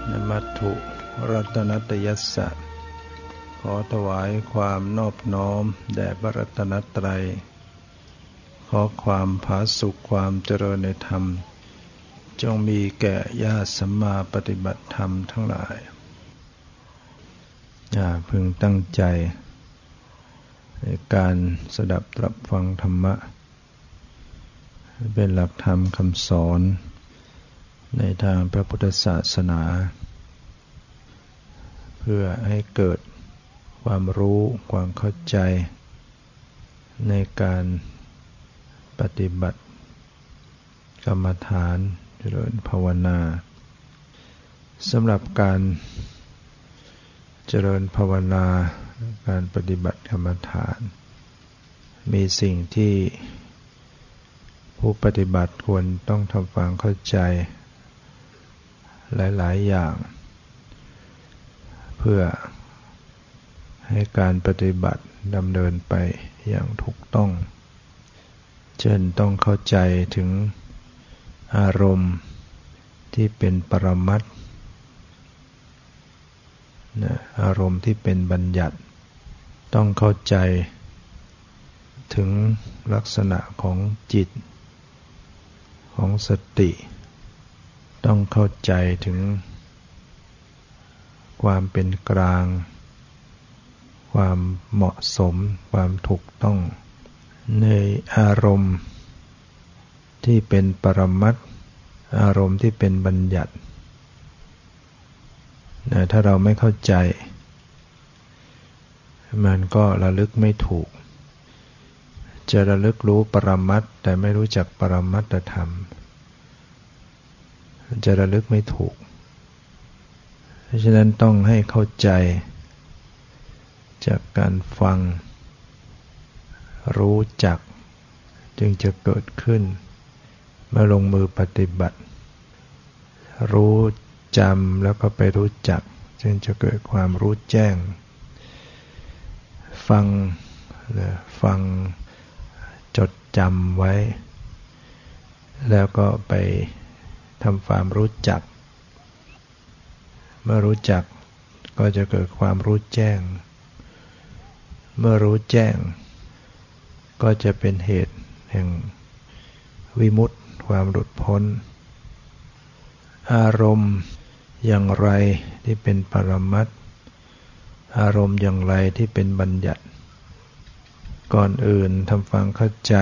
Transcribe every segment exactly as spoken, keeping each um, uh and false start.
นมัตถุรัตนัตยัสสะขอถวายความนอบน้อมแด่พระรัตนตรัยขอความผาสุกความเจริญในธรรมจงมีแก่ญาติสัมมาปฏิบัติธรรมทั้งหลายอย่าพึงตั้งใจในการสดับตรับฟังธรรมะเป็นหลักธรรมคำสอนในทางพระพุทธศาสนาเพื่อให้เกิดความรู้ความเข้าใจในการปฏิบัติกรรมฐานเจริญภาวนาสำหรับการเจริญภาวนาการปฏิบัติกรรมฐานมีสิ่งที่ผู้ปฏิบัติควรต้องทำความเข้าใจหลายๆอย่างเพื่อให้การปฏิบัติดำเนินไปอย่างถูกต้องเช่นต้องเข้าใจถึงอารมณ์ที่เป็นปรมัตถ์อารมณ์ที่เป็นบัญญัติต้องเข้าใจถึงลักษณะของจิตของสติต้องเข้าใจถึงความเป็นกลางความเหมาะสมความถูกต้องในอารมณ์ที่เป็นปรมัตถ์อารมณ์ที่เป็นบัญญัตินะถ้าเราไม่เข้าใจมันก็ระลึกไม่ถูกจะระลึกรู้ปรมัตถ์แต่ไม่รู้จักปรมัตถธรรมจะระลึกไม่ถูกเพราะฉะนั้นต้องให้เข้าใจจากการฟังรู้จักจึงจะเกิดขึ้นเมื่อลงมือปฏิบัติรู้จำแล้วก็ไปรู้จักจึงจะเกิดความรู้แจ้งฟังฟังจดจำไว้แล้วก็ไปทำความรู้จักเมื่อรู้จักก็จะเกิดความรู้แจ้งเมื่อรู้แจ้งก็จะเป็นเหตุแห่งวิมุตติความหลุดพ้นอารมณ์อย่างไรที่เป็นปรมัตถ์อารมณ์อย่างไรที่เป็นบัญญัติก่อนอื่นทำความเข้าใจ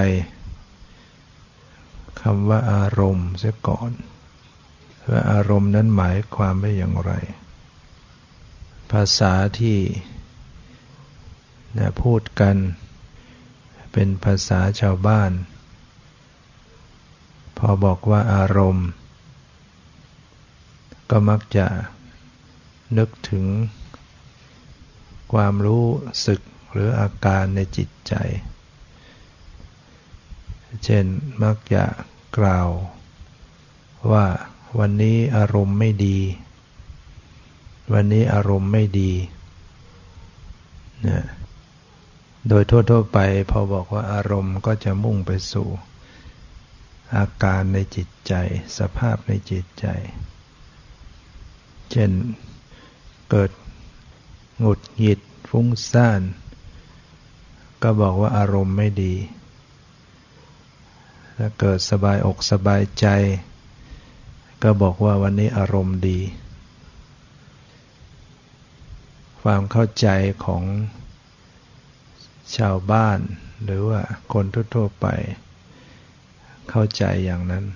คำว่าอารมณ์เสียก่อนว่าอารมณ์นั้นหมายความว่าอย่างไรภาษาที่นะพูดกันเป็นภาษาชาวบ้านพอบอกว่าอารมณ์ก็มักจะนึกถึงความรู้สึกหรืออาการในจิตใจเช่นมักจะกล่าวว่าวันนี้อารมณ์ไม่ดีวันนี้อารมณ์ไม่ดีนะโดยทั่วๆไปพอบอกว่าอารมณ์ก็จะมุ่งไปสู่อาการในจิตใจสภาพในจิตใจเช่นเกิดหงุดหงิดฟุ้งซ่านก็บอกว่าอารมณ์ไม่ดีถ้าเกิดสบายอกสบายใจก็บอกว่าวันนี้อารมณ์ดีความเข้าใจของชาวบ้านหรือว่าคนทั่วๆไปเข้าใจอย่างนั้น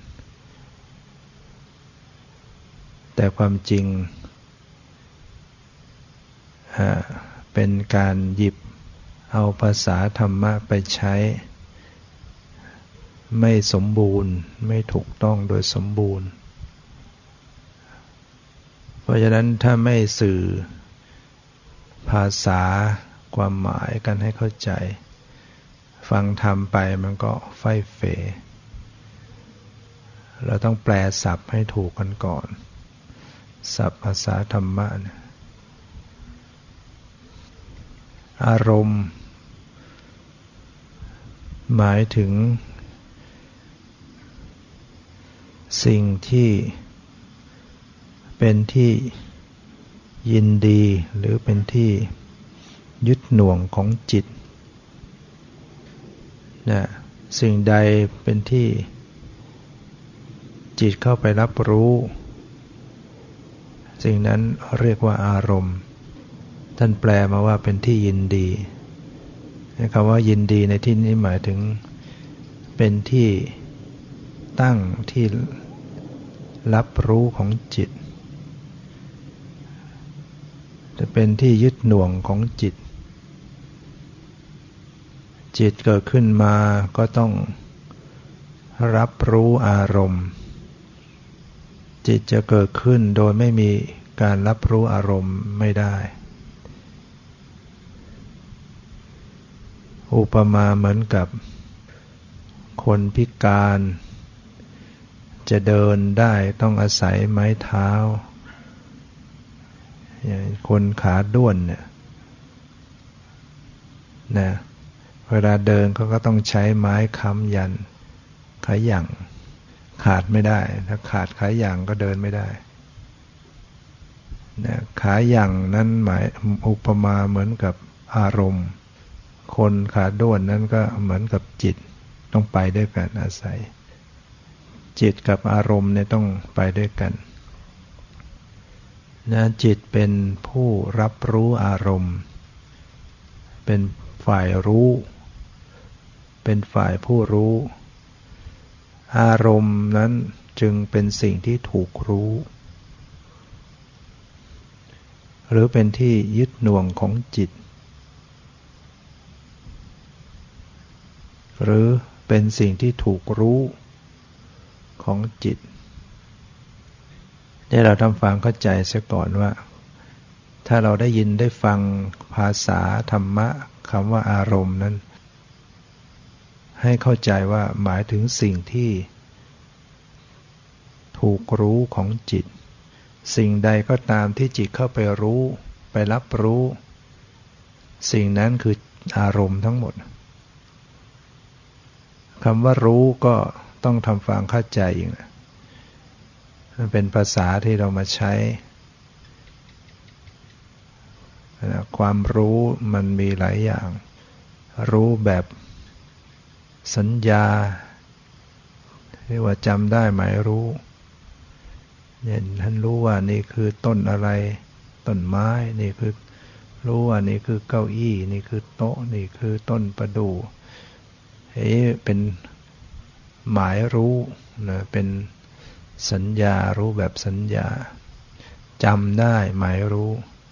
แต่ความจริงเป็นการหยิบเอาภาษาธรรมะไปใช้ไม่สมบูรณ์ไม่ถูกต้องโดยสมบูรณ์เพราะฉะนั้นถ้าไม่สื่อภาษาความหมายกันให้เข้าใจฟังธรรมไปมันก็ไฟ่เฟเราต้องแปลศัพท์ให้ถูกกันก่อนศัพท์ภาษาธรรมะนะอารมณ์หมายถึงสิ่งที่เป็นที่ยินดีหรือเป็นที่ยึดหน่วงของจิตนะสิ่งใดเป็นที่จิตเข้าไปรับรู้สิ่งนั้นเรียกว่าอารมณ์ท่านแปลมาว่าเป็นที่ยินดีคำว่ายินดีในที่นี้หมายถึงเป็นที่ตั้งที่รับรู้ของจิตจะเป็นที่ยึดหน่วงของจิตจิตเกิดขึ้นมาก็ต้องรับรู้อารมณ์จิตจะเกิดขึ้นโดยไม่มีการรับรู้อารมณ์ไม่ได้อุปมาเหมือนกับคนพิการจะเดินได้ต้องอาศัยไม้เท้าอย่างคนขาด้วนเนี่ยนะเวลาเดินเขาก็ต้องใช้ไม้ค้ำยันขาหยั่งขาดไม่ได้ถ้าขาดขาหยั่งก็เดินไม่ได้นะขาหยั่งนั้นหมายอุปมาเหมือนกับอารมณ์คนขาด้วนนั้นก็เหมือนกับจิตต้องไปด้วยกันอาศัยจิตกับอารมณ์เนี่ยต้องไปด้วยกันนะจิตเป็นผู้รับรู้อารมณ์เป็นฝ่ายรู้เป็นฝ่ายผู้รู้อารมณ์นั้นจึงเป็นสิ่งที่ถูกรู้หรือเป็นที่ยึดหน่วงของจิตหรือเป็นสิ่งที่ถูกรู้ของจิตนี่เราทำความเข้าใจเสียก่อนว่าถ้าเราได้ยินได้ฟังภาษาธรรมะคำว่าอารมณ์นั้นให้เข้าใจว่าหมายถึงสิ่งที่ถูกรู้ของจิตสิ่งใดก็ตามที่จิตเข้าไปรู้ไปรับรู้สิ่งนั้นคืออารมณ์ทั้งหมดคำว่ารู้ก็ต้องทำความเข้าใจอีกนะมันเป็นภาษาที่เรามาใช้ความรู้มันมีหลายอย่างรู้แบบสัญญาเรียกว่าจำได้หมายรู้เนี่ยท่านรู้ว่านี่คือต้นอะไรต้นไม้นี่คือรู้ว่านี่คือเก้าอี้นี่คือโต๊ะนี่คือต้นประดู่เฮ้เป็นหมายรู้นะเป็นสัญญารู้แบบสัญญาจำได้หมายรู้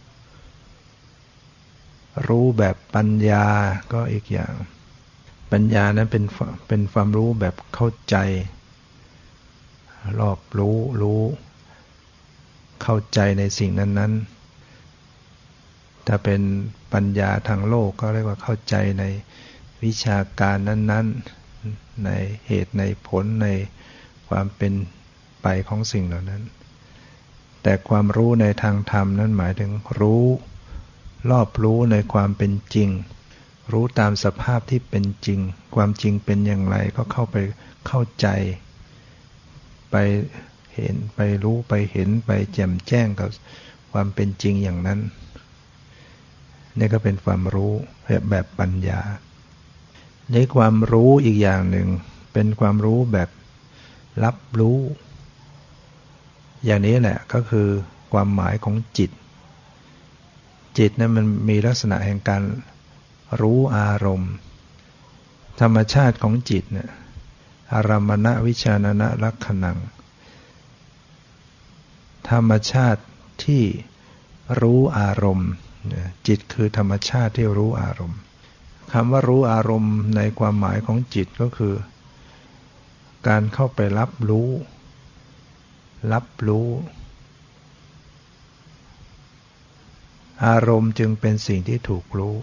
รู้แบบปัญญาก็อีกอย่างปัญญานั้นเป็นเป็นความรู้แบบเข้าใจรอบรู้รู้เข้าใจในสิ่งนั้นๆถ้าเป็นปัญญาทางโลกก็เรียกว่าเข้าใจในวิชาการนั้นๆในเหตุในผลในความเป็นไปของสิ่งเหล่านั้นแต่ความรู้ในทางธรรมนั้นหมายถึงรู้รอบรู้ในความเป็นจริงรู้ตามสภาพที่เป็นจริงความจริงเป็นอย่างไรก็เข้าไปเข้าใจไปเห็นไปรู้ไปเห็นไปแจ่มแจ้งกับความเป็นจริงอย่างนั้นนี่ก็เป็นความรู้แบบปัญญาในความรู้อีกอย่างหนึ่งเป็นความรู้แบบรับรู้อย่างนี้แหละก็คือความหมายของจิตจิตนั้นมันมีลักษณะแห่งการรู้อารมณ์ธรรมชาติของจิตเนี่ยอารมณวิชานนะลักขณังธรรมชาติที่รู้อารมณ์จิตคือธรรมชาติที่รู้อารมณ์คำว่ารู้อารมณ์ในความหมายของจิตก็คือการเข้าไปรับรู้รับรู้อารมณ์จึงเป็นสิ่งที่ถูกรู้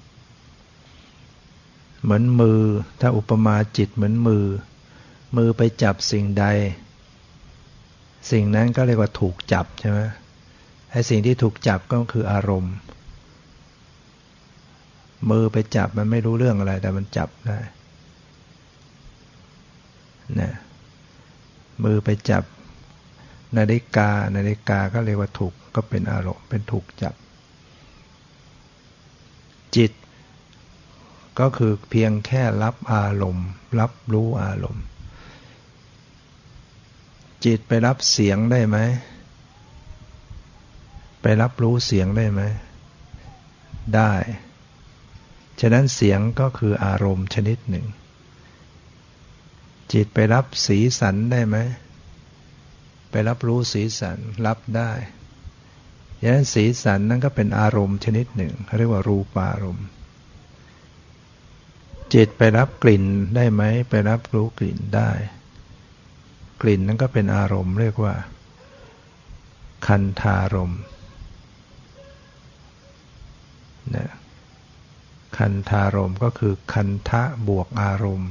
เหมือนมือถ้าอุปมาจิตเหมือนมือมือไปจับสิ่งใดสิ่งนั้นก็เรียกว่าถูกจับใช่ไหมไอ้สิ่งที่ถูกจับก็คืออารมณ์มือไปจับมันไม่รู้เรื่องอะไรแต่มันจับได้นะมือไปจับนาฬิกานาฬิกาก็เรียกว่าถูกก็เป็นอารมณ์เป็นถูกจับจิตก็คือเพียงแค่รับอารมณ์รับรู้อารมณ์จิตไปรับเสียงได้ไหมไปรับรู้เสียงได้ไหมได้ฉะนั้นเสียงก็คืออารมณ์ชนิดหนึ่งจิตไปรับสีสันได้ไหมไปรับรู้สีสันรับได้ฉะนั้นสีสันนั่นก็เป็นอารมณ์ชนิดหนึ่งเรียกว่ารูปารมณ์จิตไปรับกลิ่นได้ไหมไปรับรู้กลิ่นได้กลิ่นนั้นก็เป็นอารมณ์เรียกว่าคันธารมณ์นะคันธารมณ์ก็คือคันทะบวกอารมณ์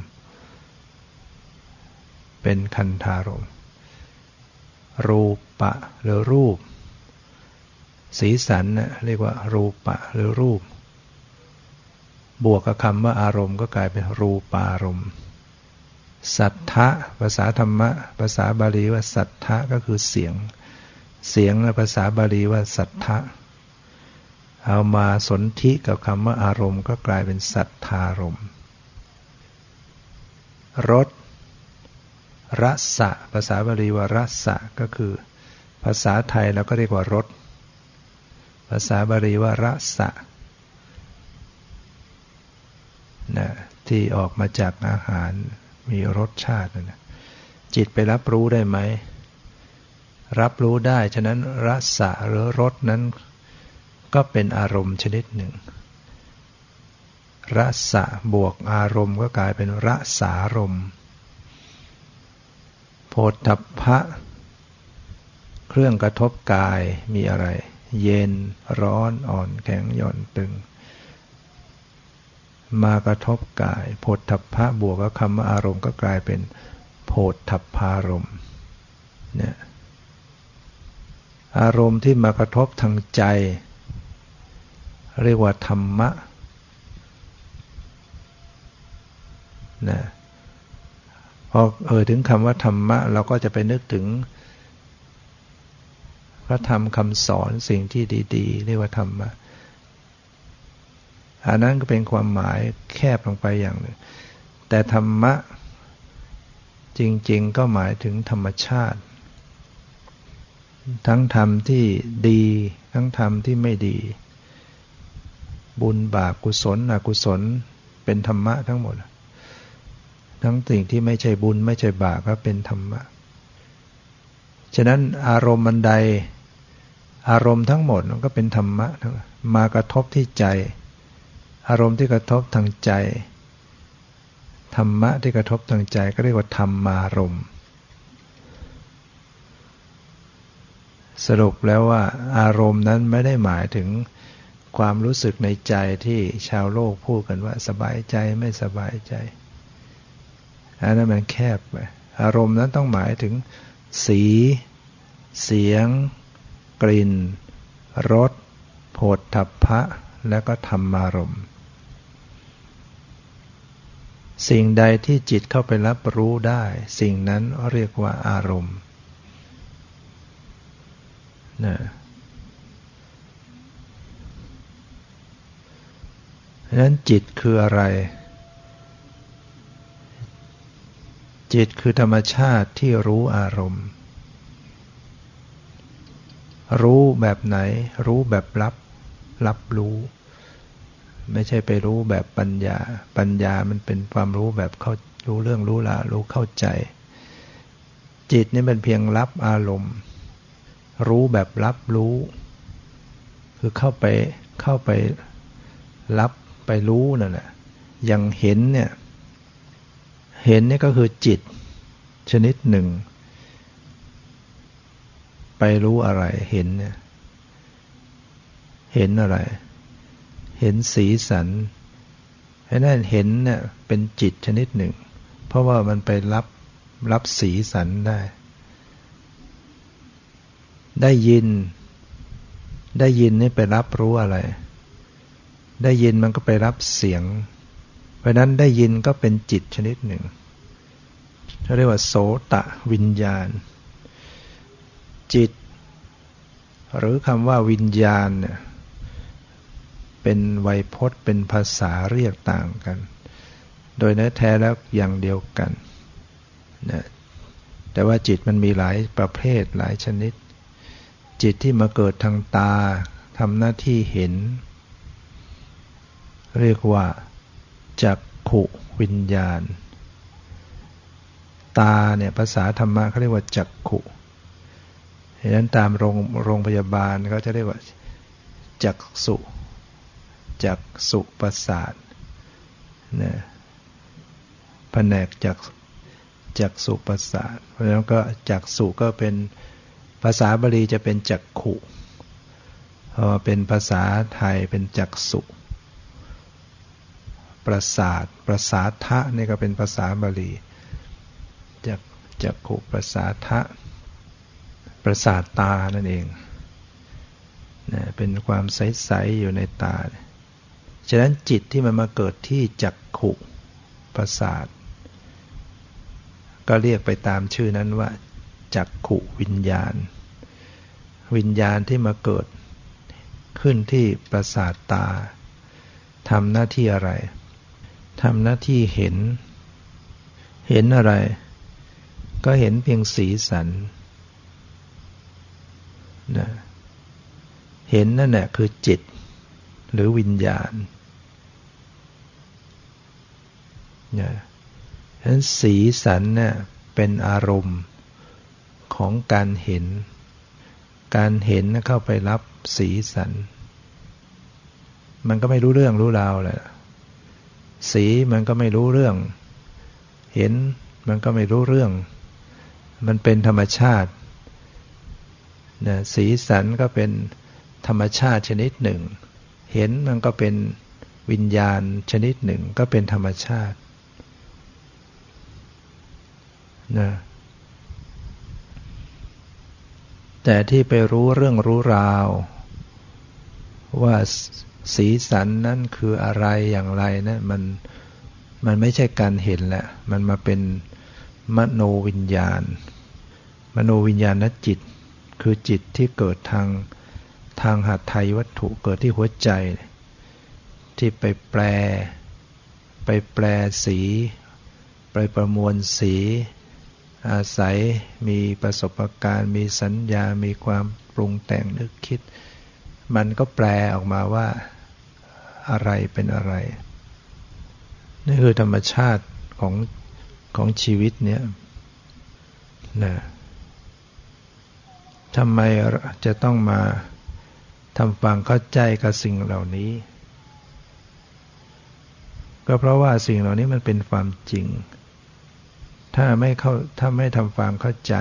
เป็นคันธารมณ์รูปะหรือรูปสีสันนะเรียกว่ารูปะหรือรูปบวกกับคำว่าอารมณ์ก็กลายเป็นรูปารมณ์สัทธะภาษาธรรมะภาษาบาลีว่าสัทธะก็คือเสียงเสียงในภาษาบาลีว่าสัทธะเอามาสนธิกับคำว่าอารมณ์ก็กลายเป็นสัทธารมณ์รสรสะภาษาบาลีว่ารสะก็คือภาษาไทยเราก็เรียกว่ารสภาษาบาลีว่ารสะนะที่ออกมาจากอาหารมีรสชาตินะจิตไปรับรู้ได้ไหมรับรู้ได้ฉะนั้นรสะหรือรสนั้นก็เป็นอารมณ์ชนิดหนึ่งรสะบวกอารมณ์ก็กลายเป็นรสารมณ์โผฏฐัพพะเครื่องกระทบกายมีอะไรเย็นร้อนอ่อนแข็งหย่อนตึงมากระทบกายโผฏฐัพพะบวกกับคำว่าอารมณ์ก็กลายเป็นโผฏฐัพพารมณ์เนี่ยอารมณ์ที่มากระทบทางใจเรียกว่าธรรมะนะพอเอ่ยถึงคำว่าธรรมะเราก็จะไปนึกถึงพระธรรมคำสอนสิ่งที่ดีๆเรียกว่าธรรมะอันนั้นก็เป็นความหมายแคบลงไปอย่างหนึ่งแต่ธรรมะจริงๆก็หมายถึงธรรมชาติทั้งธรรมที่ดีทั้งธรรมที่ไม่ดีบุญบาปกุศลอกุศลเป็นธรรมะทั้งหมดทั้งสิ่งที่ไม่ใช่บุญไม่ใช่บาปก็เป็นธรรมะฉะนั้นอารมณ์มันใดอารมณ์ทั้งหมดมันก็เป็นธรรมะมากระทบที่ใจอารมณ์ที่กระทบทางใจธรรมะที่กระทบทางใจก็เรียกว่าธรรมารมณ์สรุปแล้วว่าอารมณ์นั้นไม่ได้หมายถึงความรู้สึกในใจที่ชาวโลกพูดกันว่าสบายใจไม่สบายใจอันนั้นมันแคบไปอารมณ์นั้นต้องหมายถึงสีเสียงกลิ่นรสโผฏฐัพพะและก็ธรรมารมณ์สิ่งใดที่จิตเข้าไปรับรู้ได้สิ่งนั้นเรียกว่าอารมณ์นะฉะนั้นจิตคืออะไรจิตคือธรรมชาติที่รู้อารมณ์รู้แบบไหนรู้แบบรับรับรู้ไม่ใช่ไปรู้แบบปัญญาปัญญามันเป็นความรู้แบบเข้ารู้เรื่องรู้ราวรู้เข้าใจจิตนี่เป็นเพียงรับอารมณ์รู้แบบรับรู้คือเข้าไปเข้าไปรับไปรู้นั่นแหละอย่างเห็นเนี่ยเห็นนี่ก็คือจิตชนิดหนึ่งไปรู้อะไรเห็นเนี่ยเห็นอะไรเห็นสีสันให้นั่นเห็นเนี่ยเป็นจิตชนิดหนึ่งเพราะว่ามันไปรับรับสีสันได้ได้ยินได้ยินนี่ไปรับรู้อะไรได้ยินมันก็ไปรับเสียงเพราะนั้นได้ยินก็เป็นจิตชนิดหนึ่งเขาเรียกว่าโสตวิญญาณจิตหรือคำว่าวิญญาณเนี่ยเป็นไวยพจน์เป็นภาษาเรียกต่างกันโดยเนื้อแท้แล้วอย่างเดียวกันนะแต่ว่าจิตมันมีหลายประเภทหลายชนิดจิตที่มาเกิดทางตาทำหน้าที่เห็นเรียกว่าจักขุวิญญาณตาเนี่ยภาษาธรรมะเขาเรียกว่าจักขุฉะนั้นตามโรงโรงพยาบาลเขาจะเรียกว่าจักษุจักษุประสาทนะแผนกจักจักษุประสาทเพราะฉะนั้นก็จักษุก็เป็นภาษาบาลีจะเป็นจักขุพอเป็นภาษาไทยเป็นจักษุประสาทประสาทะนี่ก็เป็นภาษาบาลีจักจักขุประสาทะประสาทตานั่นเองนะเป็นความใสๆอยู่ในตาฉะนั้นจิตที่มันมาเกิดที่จักขุประสาทก็เรียกไปตามชื่อนั้นว่าจักขุวิญญาณวิญญาณที่มาเกิดขึ้นที่ประสาทตาทำหน้าที่อะไรทำหน้าที่เห็นเห็นอะไรก็เห็นเพียงสีสันนะเห็นนั่นแหละคือจิตหรือวิญญาณนะฉะนั้นสีสันเนี่ยเป็นอารมณ์ของการเห็นการเห็นเข้าไปรับสีสันมันก็ไม่รู้เรื่องรู้ราวแหละสีมันก็ไม่รู้เรื่องเห็นมันก็ไม่รู้เรื่องมันเป็นธรรมชาตินะสีสันก็เป็นธรรมชาติชนิดหนึ่งเห็นมันก็เป็นวิญญาณชนิดหนึ่งก็เป็นธรรมชาตินะแต่ที่ไปรู้เรื่องรู้ราวว่าสีสันนั้นคืออะไรอย่างไรนะมันมันไม่ใช่การเห็นแหละมันมาเป็นมโนวิญญาณมโนวิญญาณนจิตคือจิตที่เกิดทางทางหัตถยวัตถุเกิดที่หัวใจที่ไปแปลไปแปลสีไปประมวลสีอาศัยมีประสบการณ์มีสัญญามีความปรุงแต่งนึกคิดมันก็แปลออกมาว่าอะไรเป็นอะไรนี่คือธรรมชาติของของชีวิตเนี้ยนะทำไมจะต้องมาทำความเข้าใจกับสิ่งเหล่านี้ก็เพราะว่าสิ่งเหล่านี้มันเป็นความจริงถ้าไม่เข้าถ้าไม่ทำความเข้าใจ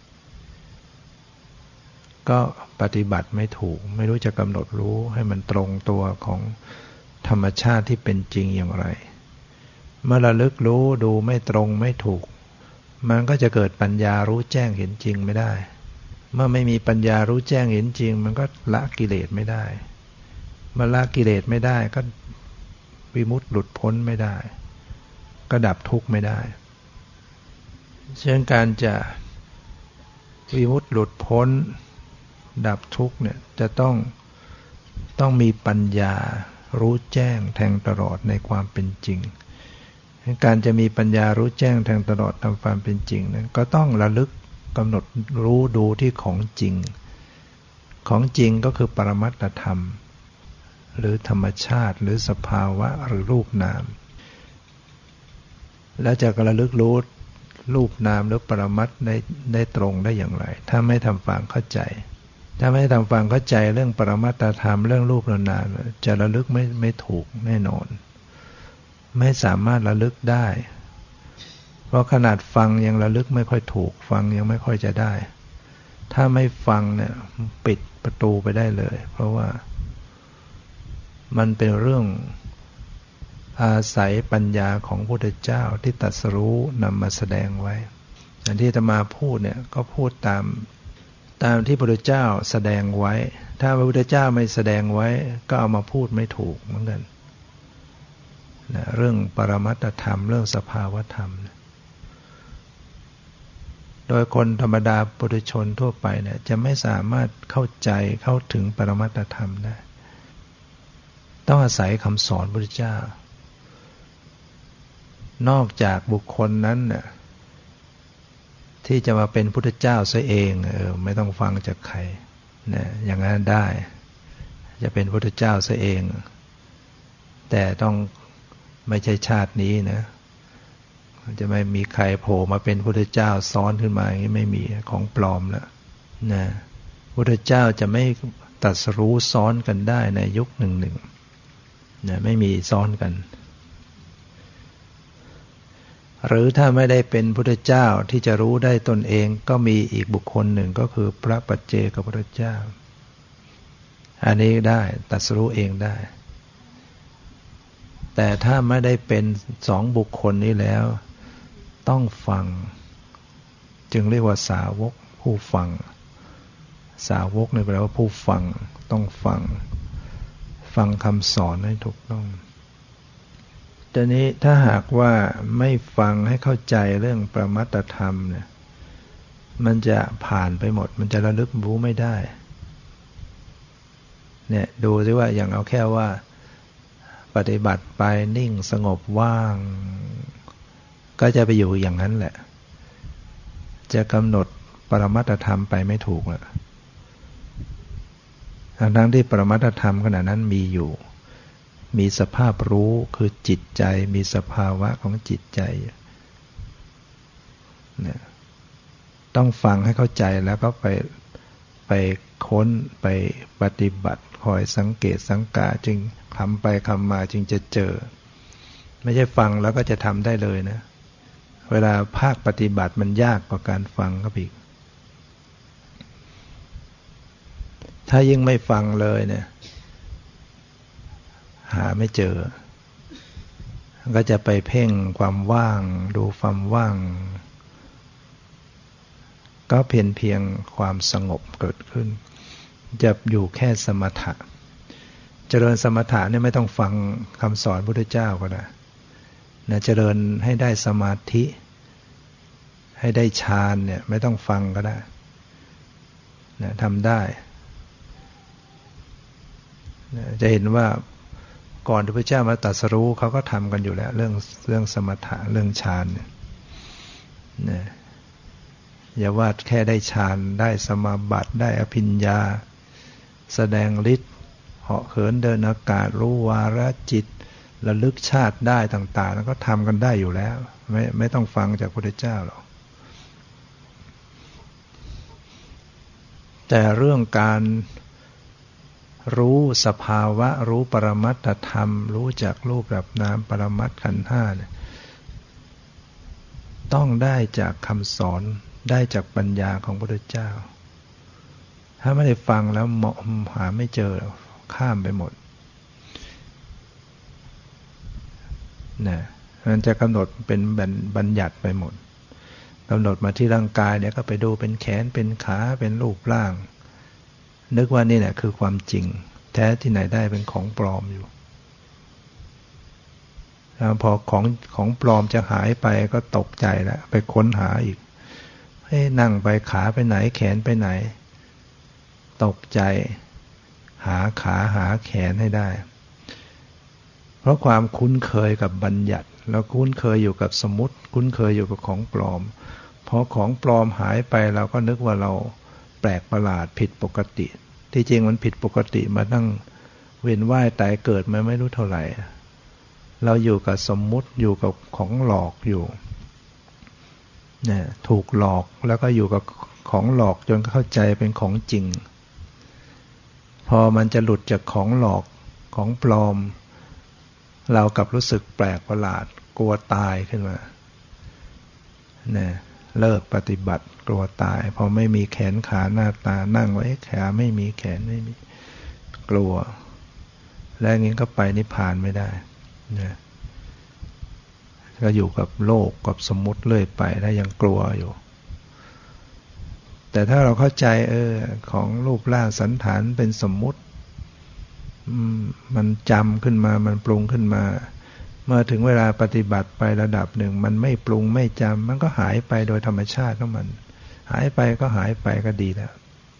ก็ปฏิบัติไม่ถูกไม่รู้จะกำหนดรู้ให้มันตรงตัวของธรรมชาติที่เป็นจริงอย่างไรเมื่อระลึกรู้ดูไม่ตรงไม่ถูกมันก็จะเกิดปัญญารู้แจ้งเห็นจริงไม่ได้เมื่อไม่มีปัญญารู้แจ้งเห็นจริงมันก็ละกิเลสไม่ได้เมื่อละกิเลสไม่ได้ก็วิมุตติหลุดพ้นไม่ได้ก็ดับทุกข์ไม่ได้เช่นการจะวิมุตติหลุดพ้นดับทุกข์เนี่ยจะต้องต้องมีปัญญารู้แจ้งแทงตลอดในความเป็นจริงการจะมีปัญญารู้แจ้งแทงตลอดตามความเป็นจริงนั้นก็ต้องระลึกกำหนดรู้ดูที่ของจริงของจริงก็คือปรมัตถธรรมหรือธรรมชาติหรือสภาวะหรือรูปนามแล้วจะระลึกรู้รูปนามหรือปรมัตถ์ได้ได้ตรงได้อย่างไรถ้าไม่ทำความเข้าใจถ้าไม่ทำความเข้าใจเรื่องปรมัตถธรรมเรื่องรูปนามจะระลึกไม่ไม่ถูกแน่นอนไม่สามารถระลึกได้เพราะขนาดฟังยังระลึกไม่ค่อยถูกฟังยังไม่ค่อยจะได้ถ้าไม่ฟังเนี่ยปิดประตูไปได้เลยเพราะว่ามันเป็นเรื่องอาศัยปัญญาของพระพุทธเจ้าที่ตรัสรู้นำมาแสดงไว้อย่างที่อาตมาพูดเนี่ยก็พูดตามตามที่พระพุทธเจ้าแสดงไว้ถ้าพระพุทธเจ้าไม่แสดงไว้ก็เอามาพูดไม่ถูกเหมือนกันนะเรื่องปรมัตถธรรมเรื่องสภาวธรรมนะโดยคนธรรมดาปุถุชนทั่วไปเนี่ยจะไม่สามารถเข้าใจเข้าถึงปรมัตถธรรมได้ต้องอาศัยคำสอนพระพุทธเจ้านอกจากบุคคลนั้นน่ะที่จะมาเป็นพุทธเจ้าซะเองเออไม่ต้องฟังจากใครนะอย่างนั้นได้จะเป็นพุทธเจ้าซะเองแต่ต้องไม่ใช่ชาตินี้นะจะไม่มีใครโผล่มาเป็นพุทธเจ้าซ้อนขึ้นมาอย่างนี้ไม่มีของปลอมแล้วนะพุทธเจ้าจะไม่ตรัสรู้ซ้อนกันได้ในยุคหนึ่งหนึ่งนะไม่มีซ้อนกันหรือถ้าไม่ได้เป็นพุทธเจ้าที่จะรู้ได้ตนเองก็มีอีกบุคคลหนึ่งก็คือพระปัจเจกพุทธเจ้าอันนี้ได้ตรัสรู้เองได้แต่ถ้าไม่ได้เป็นสองบุคคลนี้แล้วต้องฟังจึงเรียกว่าสาวกผู้ฟังสาวกนี่แปลว่าผู้ฟังต้องฟังฟังคำสอนให้ถูกต้องทีนี้ถ้าหากว่าไม่ฟังให้เข้าใจเรื่องปรมัตถธรรมเนี่ยมันจะผ่านไปหมดมันจะระลึกรู้ไม่ได้เนี่ยดูซิว่าอย่างเอาแค่ว่าปฏิบัติไปนิ่งสงบว่างก็จะไปอยู่อย่างนั้นแหละจะกำหนดปรมัตถธรรมไปไม่ถูกละทั้งที่ปรมัตถธรรมขณะนั้นมีอยู่มีสภาพรู้คือจิตใจมีสภาวะของจิตใจเนี่ยต้องฟังให้เข้าใจแล้วก็ไปไปค้นไปปฏิบัติคอยสังเกตสังกาจึงทำไปทำมาจึงจะเจอไม่ใช่ฟังแล้วก็จะทำได้เลยนะเวลาภาคปฏิบัติมันยากกว่าการฟังครับอีกถ้ายิ่งไม่ฟังเลยเนี่ยหาไม่เจอก็จะไปเพ่งความว่างดูความว่างก็เพียงเพียงความสงบเกิดขึ้นจะอยู่แค่สมถะเจริญสมถะเนี่ยไม่ต้องฟังคำสอนพระพุทธเจ้าก็ได้นะเจริญให้ได้สมาธิให้ได้ฌานเนี่ยไม่ต้องฟังก็ได้นะทำได้นะจะเห็นว่าก่อนที่พระเจ้ามาตรัสรู้เขาก็ทำกันอยู่แล้วเรื่องเรื่องสมถะเรื่องฌานเนี่ยนะอย่าว่าแค่ได้ฌานได้สมาบัติได้อภิญญาแสดงฤทธิ์เหาะเหินเดินอากาศรู้วาระจิตระลึกชาติได้ต่างๆแล้วก็ทำกันได้อยู่แล้วไม่ไม่ต้องฟังจากพระพุทธเจ้าหรอกแต่เรื่องการรู้สภาวะรู้ปรมัตถธรรมรู้จักรูปแบบนามปรมัตถ์ขันธ์ห้าเนี่ยต้องได้จากคำสอนได้จากปัญญาของพระพุทธเจ้าถ้าไม่ได้ฟังแล้วเหมาะหาไม่เจอข้ามไปหมดนะมันจะกำหนดเป็นบัญญัติไปหมดกำหนดมาที่ร่างกายเนี่ยก็ไปดูเป็นแขนเป็นขาเป็นรูปร่างนึกว่านี่แหละคือความจริงแท้ที่ไหนได้เป็นของปลอมอยู่แล้วพอของของปลอมจะหายไปก็ตกใจแล้วไปค้นหาอีกให้นั่งไปขาไปไหนแขนไปไหนตกใจหาขาหาแขนให้ได้เพราะความคุ้นเคยกับบัญญัติเราคุ้นเคยอยู่กับสมมุติคุ้นเคยอยู่กับของปลอมพอของปลอมหายไปเราก็นึกว่าเราแปลกประหลาดผิดปกติที่จริงมันผิดปกติมาตั้งเวียนว่ายตายเกิดมาไม่รู้เท่าไหร่เราอยู่กับสมมุติอยู่กับของหลอกอยู่เนี่ยถูกหลอกแล้วก็อยู่กับของหลอกจนเข้าใจเป็นของจริงพอมันจะหลุดจากของหลอกของปลอมเรากลับรู้สึกแปลกประหลาดกลัวตายขึ้นมาเนี่ยเลิกปฏิบัติกลัวตายพอไม่มีแขนขาหน้าตานั่งไว้ขาไม่มีแขนไม่มีกลัวแล้วงี้ก็ไปนิพพานไม่ได้นะก็อยู่กับโลกกับสมมุติเรื่อยไปถ้ายังกลัวอยู่แต่ถ้าเราเข้าใจเออของรูปร่างสันฐานเป็นสมมุติมันจำขึ้นมามันปรุงขึ้นมาเมื่อถึงเวลาปฏิบัติไประดับหนึ่งมันไม่ปรุงไม่จำมันก็หายไปโดยธรรมชาติของมันหายไปก็หายไปก็ดีแล้ว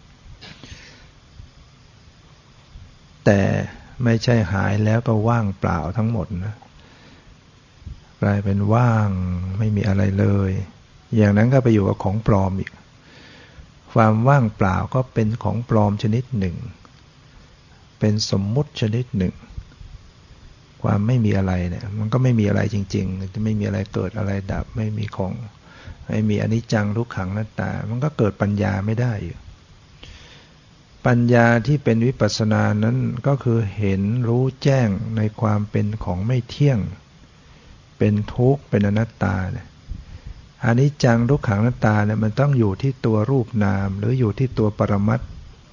แต่ไม่ใช่หายแล้วก็ว่างเปล่าทั้งหมดนะกลายเป็นว่างไม่มีอะไรเลยอย่างนั้นก็ไปอยู่กับของปลอมอีกความว่างเปล่าก็เป็นของปลอมชนิดหนึ่งเป็นสมมุติชนิดหนึ่งความไม่มีอะไรเนี่ยมันก็ไม่มีอะไรจริงๆจะไม่มีอะไรเกิดอะไรดับไม่มีของไม่มีอนิจจังทุกขังอนัตตามันก็เกิดปัญญาไม่ได้อยู่ปัญญาที่เป็นวิปัสสนานั้นก็คือเห็นรู้แจ้งในความเป็นของไม่เที่ยงเป็นทุกข์เป็นอนัตตาเนี่ยอนิจจังทุกขังอนัตตาเนี่ยมันต้องอยู่ที่ตัวรูปนามหรืออยู่ที่ตัวปรมัตถ์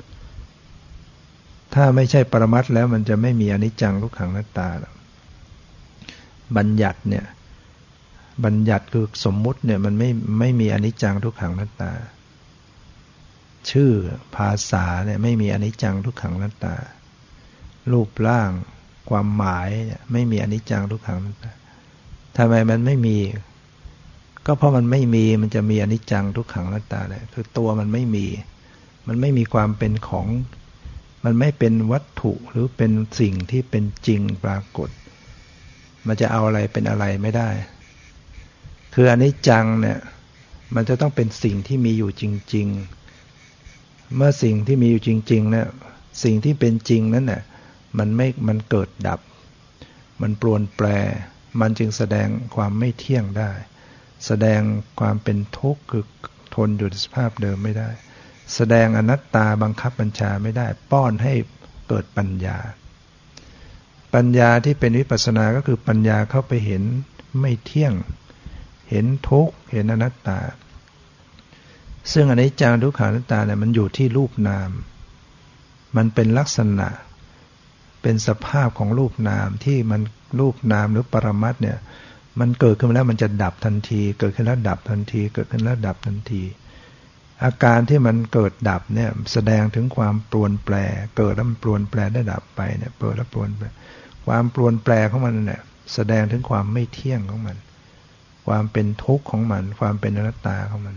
ถ้าไม่ใช่ปรมัตถ์แล้วมันจะไม่มีอนิจจังทุกขังอนัตตาหรอกบัญญัติเนี่ยบัญญัติคือสมมุติเนี่ยมันไม่ไม่มีอนิจจังทุกขังอนัตตาชื่อภาษาเนี่ยไม่มีอนิจจังทุกขังอนัตตารูปร่างความหมายเนี่ยไม่มีอนิจจังทุกขังอนัตตาทำไมมันไม่มีก็เพราะมันไม่มีมันจะมีอนิจจังทุกขังอนัตตาเนี่ยคือตัวมันไม่มีมันไม่มีความเป็นของมันไม่เป็นวัตถุหรือเป็นสิ่งที่เป็นจริงปรากฏมันจะเอาอะไรเป็นอะไรไม่ได้คืออนิจจังเนี่ยมันจะต้องเป็นสิ่งที่มีอยู่จริงๆเมื่อสิ่งที่มีอยู่จริงๆเนี่ยสิ่งที่เป็นจริงนั้นน่ะมันไม่มันเกิดดับมันปรวนแปรมันจึงแสดงความไม่เที่ยงได้แสดงความเป็นทุกข์คือทนอยู่ในสภาพเดิมไม่ได้แสดงอนัตตาบังคับบัญชาไม่ได้ป้อนให้เกิดปัญญาปัญญาที่เป็นวิปัสสนาก็คือปัญญาเข้าไปเห็นไม่เที่ยงเห็นทุกข์เห็นอนัตตาซึ่งอนิจจังทุกขังอนัตตาเนี่ยมันอยู่ที่รูปนามมันเป็นลักษณะเป็นสภาพของรูปนามที่มันรูปนามหรือปรมัตถ์เนี่ยมันเกิดขึ้นแล้วมันจะดับทันทีเกิดขึ้นแล้วดับทันทีเกิดขึ้นแล้วดับทันทีอาการที่มันเกิดดับเนี่ยแสดงถึงความปรวนแปรเกิดแล้วมันปรวนแปรได้ดับไปเนี่ยเปิดแล้วปรวนแปรความปรวนแปรของมันเนี่ยแสดงถึงความไม่เที่ยงของมันความเป็นทุกข์ของมันความเป็นอนัตตาของมัน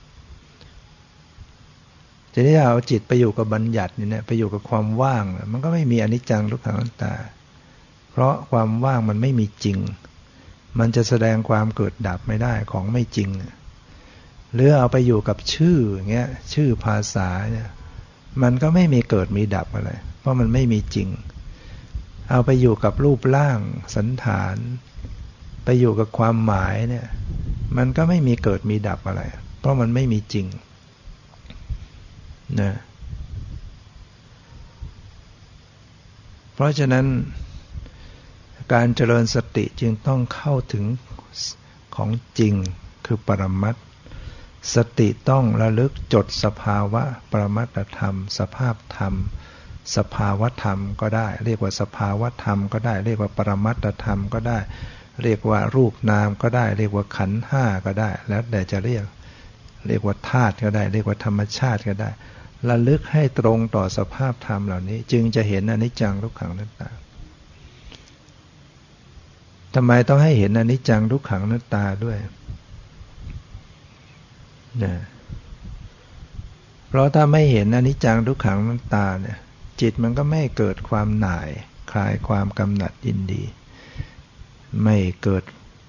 จะได้เอาจิตไปอยู่กับบัญญัติเนี่ยไปอยู่กับความว่างมันก็ไม่มีอนิจจังทุกขังอนัตตาเพราะความว่างมันไม่มีจริงมันจะแสดงความเกิดดับไม่ได้ของไม่จริงหรือเอาไปอยู่กับชื่ออย่างเงี้ยชื่อภาษาเนี่ยมันก็ไม่มีเกิดมีดับอะไรเพราะมันไม่มีจริงเอาไปอยู่กับรูปร่างสันฐานไปอยู่กับความหมายเนี่ยมันก็ไม่มีเกิดมีดับอะไรเพราะมันไม่มีจริงนะเพราะฉะนั้นการเจริญสติจึงต้องเข้าถึงของจริงคือปรมัตถ์สติต้องระลึกจดสภาวะปรมัตถธรรมสภาพธรรมสภาวะธรรมก็ได้เรียกว่าสภาวะธรรมก็ได้เรียกว่าปรมัตถธรรมก็ได้เรียกว่ารูปนามก็ได้เรียกว่าขันธ์ห้าก็ได้แล้วแต่จะเรียกเรียกว่าธาตุก็ได้เรียกว่าธรรมชาติก็ได้ระลึกให้ตรงต่อสภาพธรรมเหล่านี้จึงจะเห็นอนิจจังทุกขังอนัตตาทำไมต้องให้เห็นอนิจจังทุกขังอนัตตาด้วยนะเพราะถ้าไม่เห็นอนิจจังทุกขังอนัตตาเนี่ยจิตมันก็ไม่เกิดความหน่ายคลายความกำหนัดยินดีไม่เกิด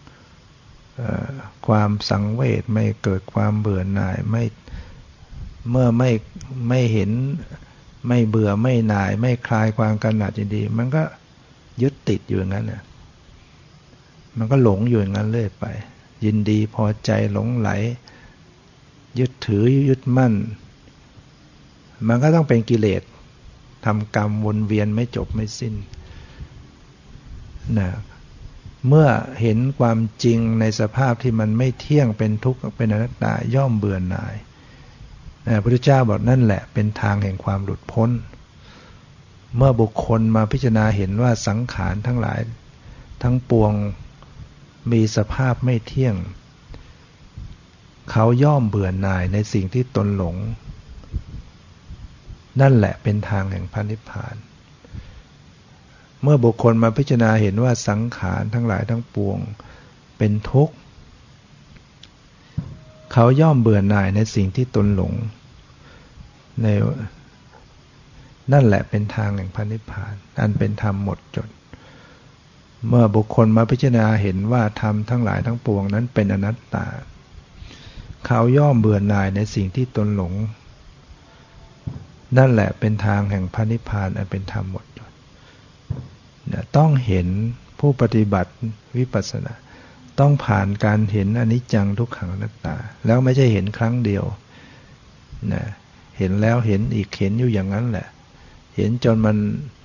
ความสังเวชไม่เกิดความเบื่อหน่ายไม่เมื่อไม่ไม่เห็นไม่เบื่อไม่หน่ายไม่คลายความกำหนัดยินดีมันก็ยึดติดอยู่อย่างนั้นน่ะมันก็หลงอยู่อย่างนั้นเรื่อยไปยินดีพอใจหลงไหลยึดถือยึดมั่นมันก็ต้องเป็นกิเลสทำกรรมวนเวียนไม่จบไม่สิ้นนะเมื่อเห็นความจริงในสภาพที่มันไม่เที่ยงเป็นทุกข์เป็นอนัตตาย่อมเบื่อหน่ายพระพุทธเจ้าบอกนั่นแหละเป็นทางแห่งความหลุดพ้นเมื่อบุคคลมาพิจารณาเห็นว่าสังขารทั้งหลายทั้งปวงมีสภาพไม่เที่ยงเขาย่อมเบื่อหน่ายในสิ่งที่ตนหลงนั่นแหละเป็นทางแห่งพระนิพพานเมื่อบุคคลมาพิจารณาเห็นว่าสังขารทั้งหลายทั้งปวงเป็นทุกข์เขาย่อมเบื่อหน่ายในสิ่งที่ตนหลงในนั่นแหละเป็นทางแห่งพระนิพพานอันเป็นธรรมหมดจดเมื่อบุคคลมาพิจารณาเห็นว่าธรรมทั้งหลายทั้งปวงนั้นเป็นอนัตตาเขาย่อมเบื่อหน่ายในสิ่งที่ตนหลงนั่นแหละเป็นทางแห่งพระนิพพานอันเป็นธรรมหมดจดต้องเห็นผู้ปฏิบัติวิปัสสนาต้องผ่านการเห็นอนิจจังทุกขังอนัตตาแล้วไม่ใช่เห็นครั้งเดียวนะเห็นแล้วเห็นอีกเห็นอยู่อย่างนั้นแหละเห็นจนมัน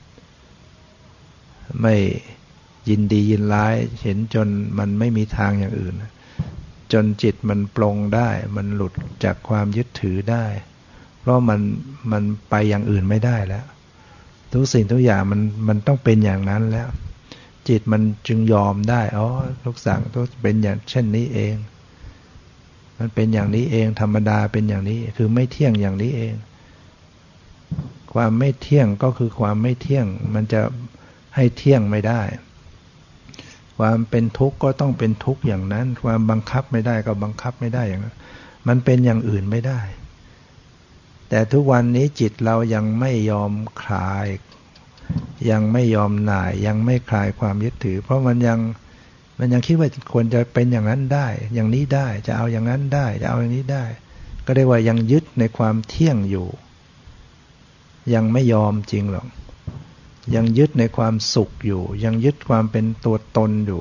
ไม่ยินดียินร้ายเห็นจนมันไม่มีทางอย่างอื่นจนจิตมันปลงได้มันหลุดจากความยึดถือได้เพราะมันมันไปอย่างอื่นไม่ได้แล้วทุกสิ่งทุกอย่างมันมันต้องเป็นอย่างนั้นแล้วจิตมันจึงยอมได้อ๋อทุกสั่งต้องเป็นอย่างเช่นนี้เองมันเป็นอย่างนี้เองธรรมดาเป็นอย่างนี้คือไม่เที่ยงอย่างนี้เองความไม่เที่ยงก็คือความไม่เที่ยงมันจะให้เที่ยงไม่ได้ความเป็นทุกข์ก็ต้องเป็นทุกข์อย่างนั้นความบังคับไม่ได้ก็บังคับไม่ได้อย่างนั้นมันเป็นอย่างอื่นไม่ได้แต่ทุกวันนี้จิตเรายังไม่ยอมคลายยังไม่ยอมหน่ายยังไม่คลายความยึดถือเพราะมันยังมันยังคิดว่าควรจะเป็นอย่างนั้นได้อย่างนี้ได้จะเอาอย่างนั้นได้จะเอาอย่างนี้ได้ก็ได้ว่ายังยึดในความเที่ยงอยู่ยังไม่ยอมจริงหรอกยังยึดในความสุขอยู่ยังยึดความเป็นตัวตนอยู่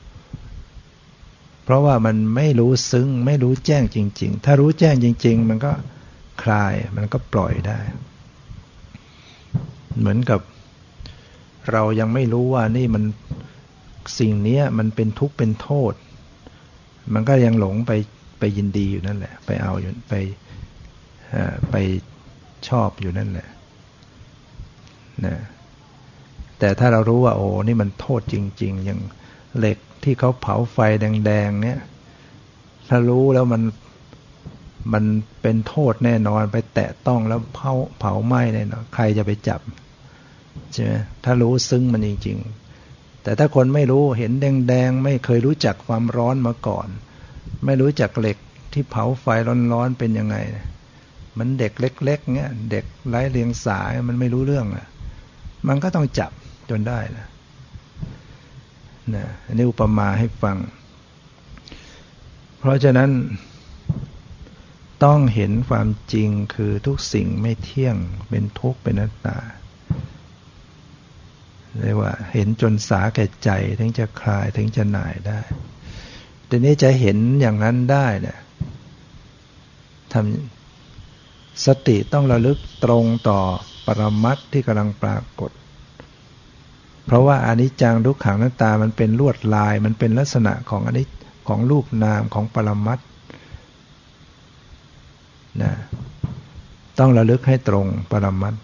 เพราะว่ามันไม่รู้ซึ้งไม่รู้แจ้งจริงๆถ้ารู้แจ้งจริงๆมันก็คลายมันก็ปล่อยได้เหมือนกับเรายังไม่รู้ว่านี่มันสิ่งนี้มันเป็นทุกข์เป็นโทษมันก็ยังหลงไปไปยินดีอยู่นั่นแหละไปเอาอยู่ไปไปชอบอยู่นั่นแหละนะแต่ถ้าเรารู้ว่าโอ้นี่มันโทษจริงๆอย่างเหล็กที่เขาเผาไฟแดงๆเนี่ยถ้ารู้แล้วมันมันเป็นโทษแน่นอนไปแตะต้องแล้วเผาเผาไหม้แน่นอนใครจะไปจับใช่ไหมถ้ารู้ซึ้งมันจริงๆแต่ถ้าคนไม่รู้เห็นแดงๆไม่เคยรู้จักความร้อนมาก่อนไม่รู้จักเหล็กที่เผาไฟร้อนๆเป็นยังไงมันเด็กเล็กๆเงี้ยเด็กไร้เรียงสามันไม่รู้เรื่องอ่ะมันก็ต้องจับจนได้นะนะอันนี้อุปมาให้ฟังเพราะฉะนั้นต้องเห็นความจริงคือทุกสิ่งไม่เที่ยงเป็นทุกข์เป็นอนัตตาเรียกว่าเห็นจนสาแก่ใจถึงจะคลายถึงจะหน่ายได้ทีนี้จะเห็นอย่างนั้นได้เนี่ยทำสติต้องระลึกตรงต่อปรมัตถ์ที่กำลังปรากฏเพราะว่าอนิจจังทุกขังอนัตตามันเป็นลวดลายมันเป็นลักษณะของอนิจของรูปนามของปรมัตถ์นะต้องระลึกให้ตรงปรมัตถ์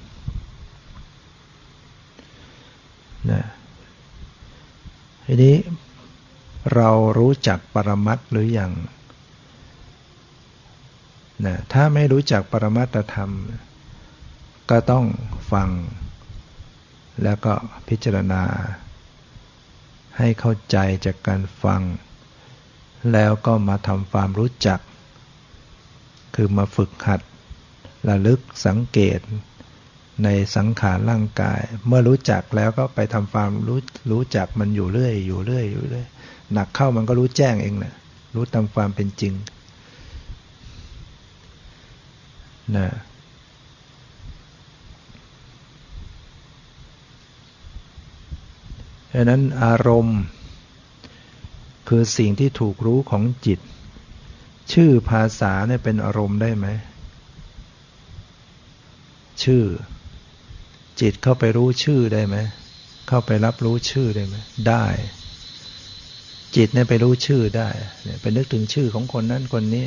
นะทีนี้เรารู้จักปรมัตถ์หรือยังนะถ้าไม่รู้จักปรมัตถธรรมก็ต้องฟังแล้วก็พิจารณาให้เข้าใจจากการฟังแล้วก็มาทำความรู้จักคือมาฝึกหัดระลึกสังเกตในสังขารร่างกายเมื่อรู้จักแล้วก็ไปทำความรู้รู้จักมันอยู่เรื่อยอยู่เรื่อยอยู่เรื่อยหนักเข้ามันก็รู้แจ้งเองแหละรู้ตามความเป็นจริงนะดังนั้นอารมณ์คือสิ่งที่ถูกรู้ของจิตชื่อภาษาเนี่ยเป็นอารมณ์ได้ไหมชื่อจิตเข้าไปรู้ชื่อได้ไหมเข้าไปรับรู้ชื่อได้ไหมได้จิตเนี่ยไปรู้ชื่อได้เนี่ยไปนึกถึงชื่อของคนนั้นคนนี้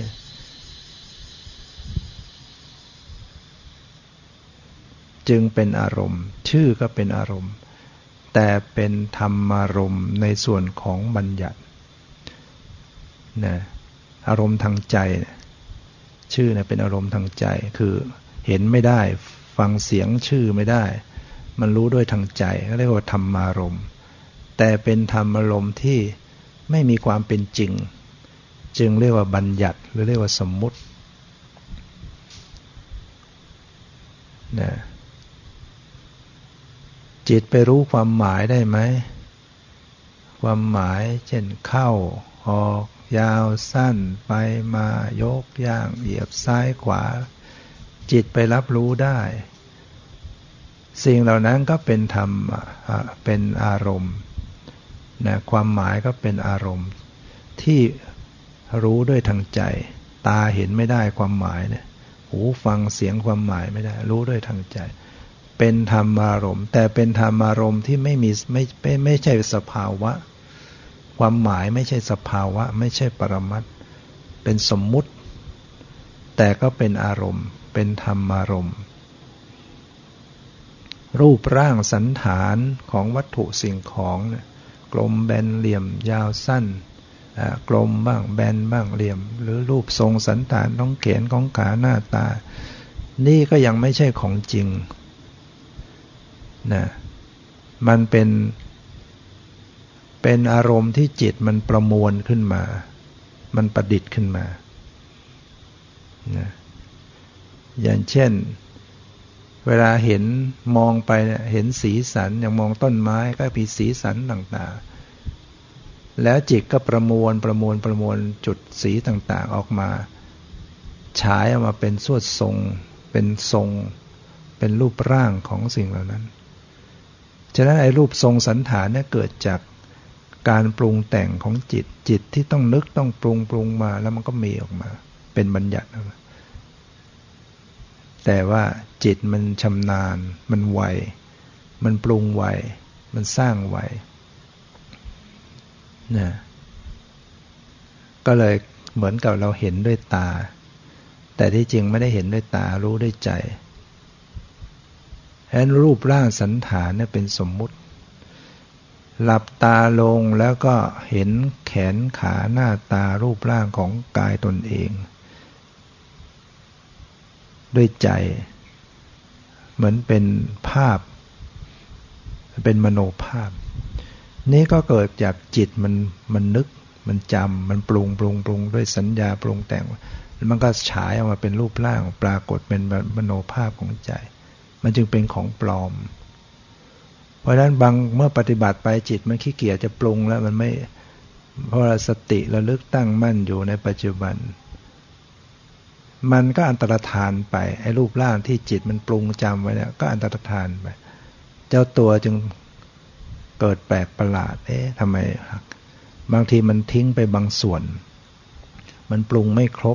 จึงเป็นอารมณ์ชื่อก็เป็นอารมณ์แต่เป็นธรรมารมณ์ในส่วนของบัญญัตินะอารมณ์ทางใจชื่อเนี่ยเป็นอารมณ์ทางใจคือเห็นไม่ได้ฟังเสียงชื่อไม่ได้มันรู้ด้วยทางใจก็เรียกว่าธรรมารมณ์แต่เป็นธรรมารมณ์ที่ไม่มีความเป็นจริงจึงเรียกว่าบัญญัติหรือเรียกว่าสมมุตินะจิตไปรู้ความหมายได้ไหมความหมายเช่นเข้าออกยาวสั้นไปมายกย่างเหยียบซ้ายขวาจิตไปรับรู้ได้สิ่งเหล่านั้นก็เป็นธรรมเป็นอารมณ์นะความหมายก็เป็นอารมณ์ที่รู้ด้วยทางใจตาเห็นไม่ได้ความหมายเนี่ยหูฟังเสียงความหมายไม่ได้รู้ด้วยทางใจเป็นธรรมารมณ์แต่เป็นธรรมารมณ์ที่ไม่มีไม่ไม่ไม่ใช่สภาวะความหมายไม่ใช่สภาวะไม่ใช่ปรมัตถ์เป็นสมมุติแต่ก็เป็นอารมณ์เป็นธรรมารมณ์รูปร่างสันฐานของวัตถุสิ่งของเนี่ยกลมแบนเหลี่ยมยาวสั้นกลมบ้างแบนบ้างเหลี่ยมหรือรูปทรงสันฐานของแขนของขาหน้าตานี่ก็ยังไม่ใช่ของจริงนะมันเป็นเป็นอารมณ์ที่จิตมันประมวลขึ้นมามันประดิษฐ์ขึ้นมานะอย่างเช่นเวลาเห็นมองไปเห็นสีสันอย่างมองต้นไม้ก็มีสีสันต่างๆแล้วจิตก็ประมวลประมวลประมวลจุดสีต่างๆออกมาฉายออกมาเป็นสวดทรงเป็นทรงเป็นรูปร่างของสิ่งเหล่านั้นฉะนั้นไอ้รูปทรงสันฐานเนี่ยเกิดจากการปรุงแต่งของจิตจิตที่ต้องนึกต้องปรุงปรุงมาแล้วมันก็มีออกมาเป็นบัญญัติออกมาแต่ว่าจิตมันชำนาญมันไวมันปรุงไวมันสร้างไวนะก็เลยเหมือนกับเราเห็นด้วยตาแต่ที่จริงไม่ได้เห็นด้วยตารู้ด้วยใจฉะนั้นรูปร่างสันฐานเนี่ยเป็นสมมุติหลับตาลงแล้วก็เห็นแขนขาหน้าตารูปร่างของกายตนเองด้วยใจเหมือนเป็นภาพเป็นมโนภาพนี่ก็เกิดจากจิตมันมันนึกมันจำมันปรุงปรุงปรุงด้วยสัญญาปรุงแต่งมันก็ฉายออกมาเป็นรูปร่างปรากฏเป็นมโนภาพของใจมันจึงเป็นของปลอมเพราะฉะนั้นบางเมื่อปฏิบัติไปจิตมันขี้เกียจจะปรุงแล้วมันไม่เพราะสติระลึกตั้งมั่นอยู่ในปัจจุบันมันก็อันตรธานไปไอ้รูปร่างที่จิตมันปรุงจำไว้เนี่ยก็อันตรธานไปเจ้าตัวจึงเกิดแปลกประหลาดเอ๊ะทำไมบางทีมันทิ้งไปบางส่วนมันปรุงไม่ครบ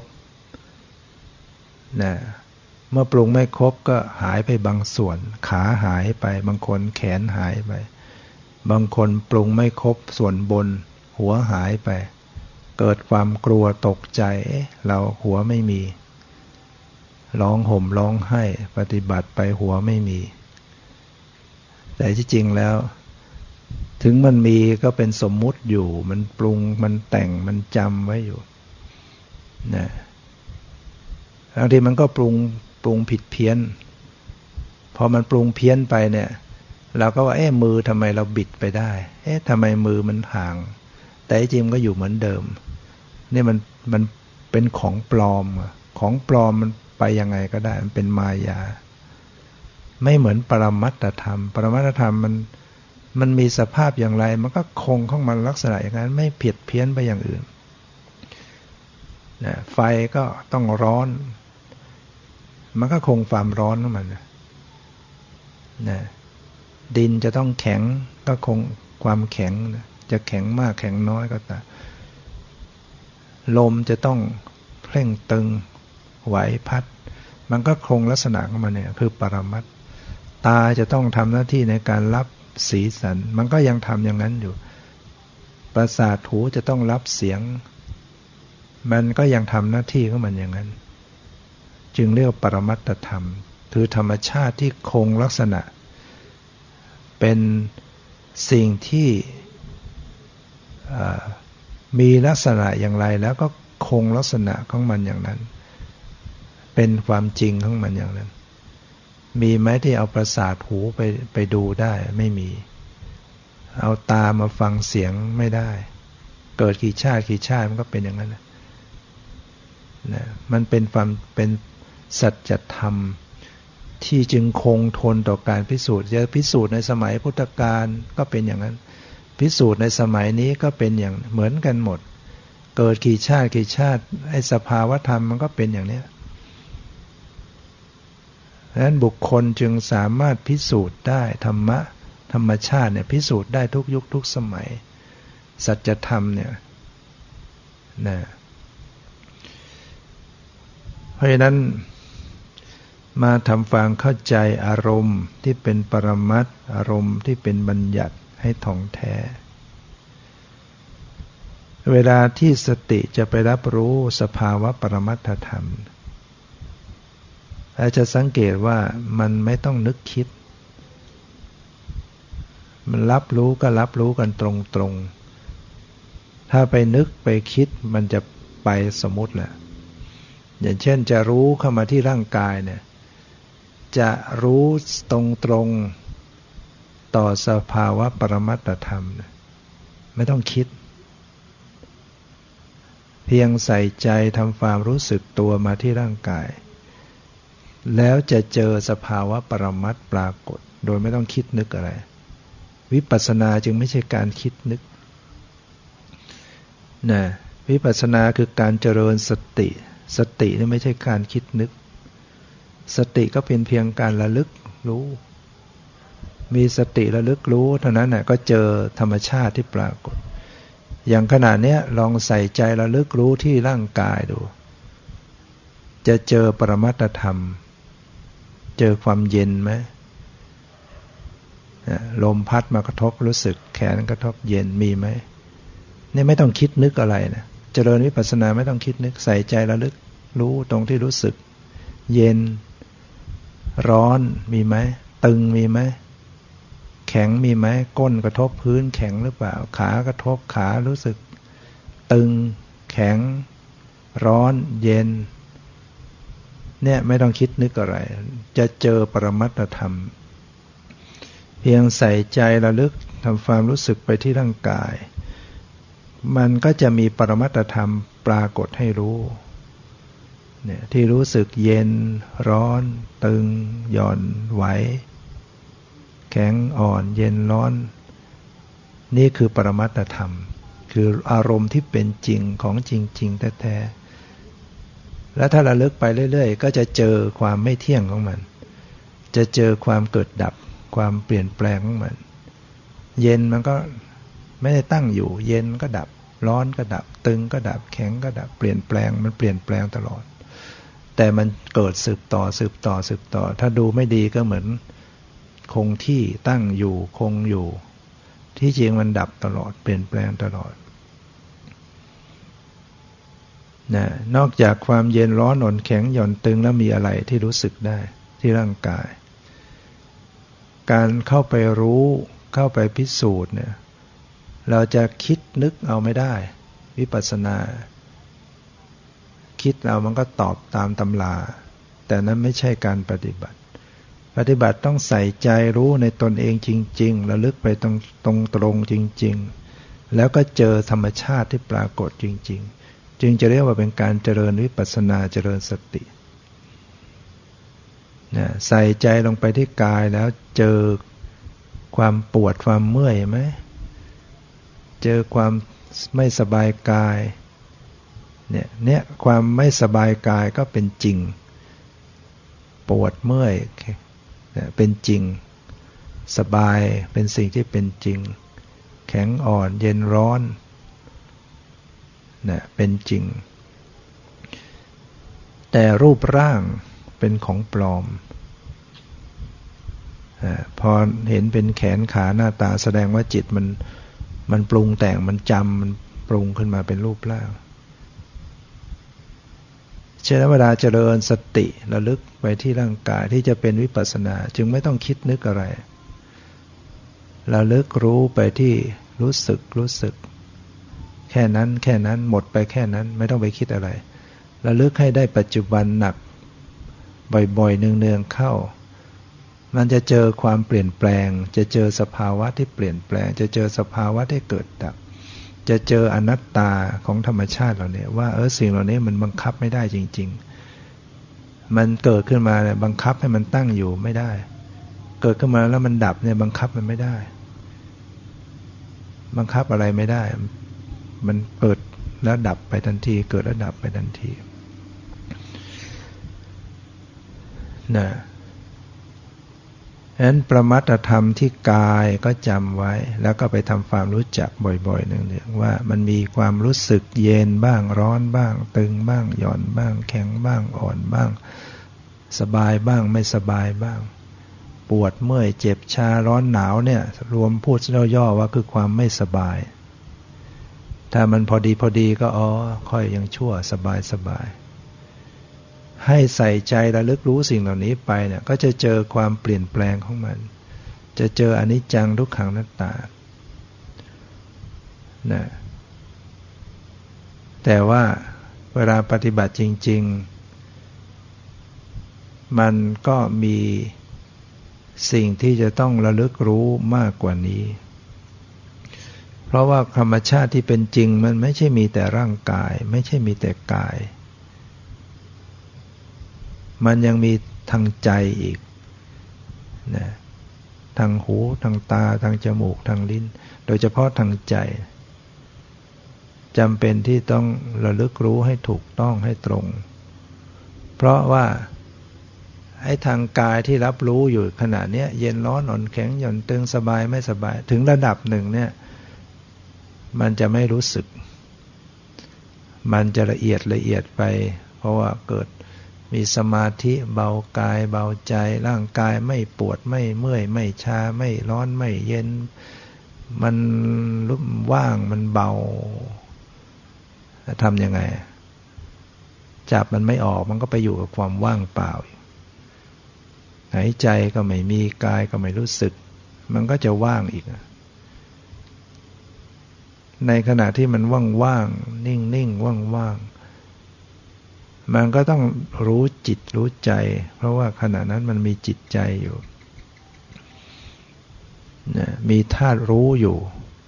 นะเมื่อปรุงไม่ครบก็หายไปบางส่วนขาหายไปบางคนแขนหายไปบางคนปรุงไม่ครบส่วนบนหัวหายไปเกิดความกลัวตกใจเราหัวไม่มีร้องห่มร้องไห้ปฏิบัติไปหัวไม่มีแต่ที่จริงแล้วถึงมันมีก็เป็นสมมุติอยู่มันปรุงมันแต่งมันจำไว้อยู่นะบางทีมันก็ปรุงปรุงผิดเพี้ยนพอมันปรุงเพี้ยนไปเนี่ยเราก็ว่าเอ๊ะมือทำไมเราบิดไปได้เอ๊ะทำไมมือมันห่างแต่จริงก็อยู่เหมือนเดิมนี่มันมันเป็นของปลอมของปลอมมันไปยังไงก็ได้มันเป็นมายาไม่เหมือนปรมัตถธรรมปรมัตถธรรมมันมันมีสภาพอย่างไรมันก็คงของมันลักษณะอย่างนั้นไม่ผิดเพี้ยนไปอย่างอื่นนะไฟก็ต้องร้อนมันก็คงความร้อนของมันนะดินจะต้องแข็งก็คงความแข็งจะแข็งมากแข็งน้อยก็ตามลมจะต้องเพ่งตึงไหวพัดมันก็คงลักษณะของมันเนี่ยคือปรมัตถ์ตาจะต้องทำหน้าที่ในการรับสีสันมันก็ยังทำอย่างนั้นอยู่ประสาทหูจะต้องรับเสียงมันก็ยังทำหน้าที่ของมันอย่างนั้นจึงเรียกปรมัตถธรรมคือธรรมชาติที่คงลักษณะเป็นสิ่งที่มีลักษณะอย่างไรแล้วก็คงลักษณะของมันอย่างนั้นเป็นความจริงของมันอย่างนั้นมีไหมที่เอาประสาทหูไปไปดูได้ไม่มีเอาตามาฟังเสียงไม่ได้เกิดกี่ชาติกี่ชาติมันก็เป็นอย่างนั้นนะมันเป็นความเป็นสัจธรรมที่จึงคงทนต่อการพิสูจน์จะพิสูจน์ในสมัยพุทธกาลก็เป็นอย่างนั้นพิสูจน์ในสมัยนี้ก็เป็นอย่างเหมือนกันหมดเกิดกี่ชาติกี่ชาติไอ้สภาวธรรมมันก็เป็นอย่างนี้ดังนั้นบุคคลจึงสามารถพิสูจน์ได้ธรรมะธรรมชาติเนี่ยพิสูจน์ได้ทุกยุคทุกสมัยสัจธรรมเนี่ยนะเพราะฉะนั้นมาทำความเข้าใจอารมณ์ที่เป็นปรมัตถ์อารมณ์ที่เป็นบัญญัติให้ท่องแท้เวลาที่สติจะไปรับรู้สภาวะปรมัตถธรรมอาจจะสังเกตว่ามันไม่ต้องนึกคิดมันรับรู้ก็รับรู้กันตรงๆถ้าไปนึกไปคิดมันจะไปสมมุติแหละอย่างเช่นจะรู้เข้ามาที่ร่างกายเนี่ยจะรู้ตรงๆต่อสภาวะปรมัตถธรรมไม่ต้องคิดเพียงใส่ใจทำความรู้สึกตัวมาที่ร่างกายแล้วจะเจอสภาวะปรมัตถ์ปรากฏโดยไม่ต้องคิดนึกอะไรวิปัสสนาจึงไม่ใช่การคิดนึกนะวิปัสสนาคือการเจริญสติสตินี่ไม่ใช่การคิดนึกสติก็เป็นเพียงการระลึกรู้มีสติระลึกรู้เท่านั้นน่ะก็เจอธรรมชาติที่ปรากฏอย่างขณะเนี้ยลองใส่ใจระลึกรู้ที่ร่างกายดูจะเจอปรมัตถธรรมเจอความเย็นไหมลมพัดมากระทบรู้สึกแขนกระทบเย็นมีไหมนี่ไม่ต้องคิดนึกอะไรนะเจริญวิปัสสนาไม่ต้องคิดนึกใส่ใจระลึกรู้ตรงที่รู้สึกเย็นร้อนมีไหมตึงมีไหมแข็งมีไหมก้นกระทบพื้นแข็งหรือเปล่าขากระทบขารู้สึกตึงแข็งร้อนเย็นเนี่ยไม่ต้องคิดนึกอะไรจะเจอปรมัตถธรรมเพียงใส่ใจระลึกทำความรู้สึกไปที่ร่างกายมันก็จะมีปรมัตถธรรมปรากฏให้รู้เนี่ยที่รู้สึกเย็นร้อนตึงหย่อนไหวแข็งอ่อนเย็นร้อนนี่คือปรมัตถธรรมคืออารมณ์ที่เป็นจริงของจริงๆแท้ๆแล้วถ้าระลึกไปเรื่อยๆก็จะเจอความไม่เที่ยงของมันจะเจอความเกิดดับความเปลี่ยนแปลงของมันเย็นมันก็ไม่ได้ตั้งอยู่เย็นก็ดับร้อนก็ดับตึงก็ดับแข็งก็ดับเปลี่ยนแปลงมันเปลี่ยนแปลงตลอดแต่มันเกิดสืบต่อสืบต่อสืบต่อถ้าดูไม่ดีก็เหมือนคงที่ตั้งอยู่คงอยู่ที่จริงมันดับตลอดเปลี่ยนแปลงตลอดนะนอกจากความเย็นร้อนอ่อนแข็งหย่อนตึงแล้วมีอะไรที่รู้สึกได้ที่ร่างกายการเข้าไปรู้เข้าไปพิสูจน์เนี่ยเราจะคิดนึกเอาไม่ได้วิปัสสนาคิดเอามันก็ตอบตามตำราแต่นั้นไม่ใช่การปฏิบัติปฏิบัติต้องใส่ใจรู้ในตนเองจริงๆระลึกไปตรงตรงตรงจริงๆแล้วก็เจอธรรมชาติที่ปรากฏจริงๆจึงจะเรียกว่าเป็นการเจริญวิปัสสนาเจริญสตินะใส่ใจลงไปที่กายแล้วเจอความปวดความเมื่อยไหมเจอความไม่สบายกายเนี่ยเนี่ยความไม่สบายกายก็เป็นจริงปวดเมื่อยเป็นจริงสบายเป็นสิ่งที่เป็นจริงแข็งอ่อนเย็นร้อนเนี่ยเป็นจริงแต่รูปร่างเป็นของปลอมพอเห็นเป็นแขนขาหน้าตาแสดงว่าจิตมันมันปรุงแต่งมันจำมันปรุงขึ้นมาเป็นรูปร่างฉะนั้นเวลาเจริญสติระลึกไปที่ร่างกายที่จะเป็นวิปัสสนาจึงไม่ต้องคิดนึกอะไรระลึกรู้ไปที่รู้สึกรู้สึกแค่นั้นแค่นั้นหมดไปแค่นั้นไม่ต้องไปคิดอะไรระลึกให้ได้ปัจจุบันหนักบ่อยๆเนืองๆเข้ามันจะเจอความเปลี่ยนแปลงจะเจอสภาวะที่เปลี่ยนแปลงจะเจอสภาวะที่เกิดดับจะเจออนัตตาของธรรมชาติเหล่านี้ว่าเออสิ่งเหล่านี้มันบังคับไม่ได้จริงๆมันเกิดขึ้นมาเนี่ยบังคับให้มันตั้งอยู่ไม่ได้เกิดขึ้นมาแล้วมันดับเนี่ยบังคับมันไม่ได้บังคับอะไรไม่ได้มันเกิดแล้วดับไปทันทีเกิดแล้วดับไปทันทีนะฉะนั้นประมัตธรรมที่กายก็จำไว้แล้วก็ไปทำความรู้จักบ่อยๆเนืองๆว่ามันมีความรู้สึกเย็นบ้างร้อนบ้างตึงบ้างหย่อนบ้างแข็งบ้างอ่อนบ้างสบายบ้างไม่สบายบ้างปวดเมื่อยเจ็บชาร้อนหนาวเนี่ยรวมพูดย่อๆว่าคือความไม่สบายถ้ามันพอดีพอดีก็อ๋อค่อยยังชั่วสบายสบายให้ใส่ใจระลึกรู้สิ่งเหล่านี้ไปเนี่ยก็จะเจอความเปลี่ยนแปลงของมันจะเจออนิจจังทุกขังอนัตตานะแต่ว่าเวลาปฏิบัติจริงๆมันก็มีสิ่งที่จะต้องระลึกรู้มากกว่านี้เพราะว่าธรรมชาติที่เป็นจริงมันไม่ใช่มีแต่ร่างกายไม่ใช่มีแต่กายมันยังมีทางใจอีกนะทางหูทางตาทางจมูกทางลิ้นโดยเฉพาะทางใจจำเป็นที่ต้องระลึกรู้ให้ถูกต้องให้ตรงเพราะว่าไอ้ทางกายที่รับรู้อยู่ขณะนี้เย็นร้อนอ่อนแข็งหย่อนตึงสบายไม่สบายถึงระดับหนึ่งเนี่ยมันจะไม่รู้สึกมันจะละเอียดละเอียดไปเพราะว่าเกิดมีสมาธิเบากายเบาใจร่างกายไม่ปวดไม่เมื่อยไม่ชาไม่ร้อนไม่เย็นมันรุ่มว่างมันเบาทำยังไงจับมันไม่ออกมันก็ไปอยู่กับความว่างเปล่าหายใจก็ไม่มีกายก็ไม่รู้สึกมันก็จะว่างอีกในขณะที่มันว่างๆนิ่งๆว่างๆมันก็ต้องรู้จิตรู้ใจเพราะว่าขณะนั้นมันมีจิตใจอยู่นะมีธาตุรู้อยู่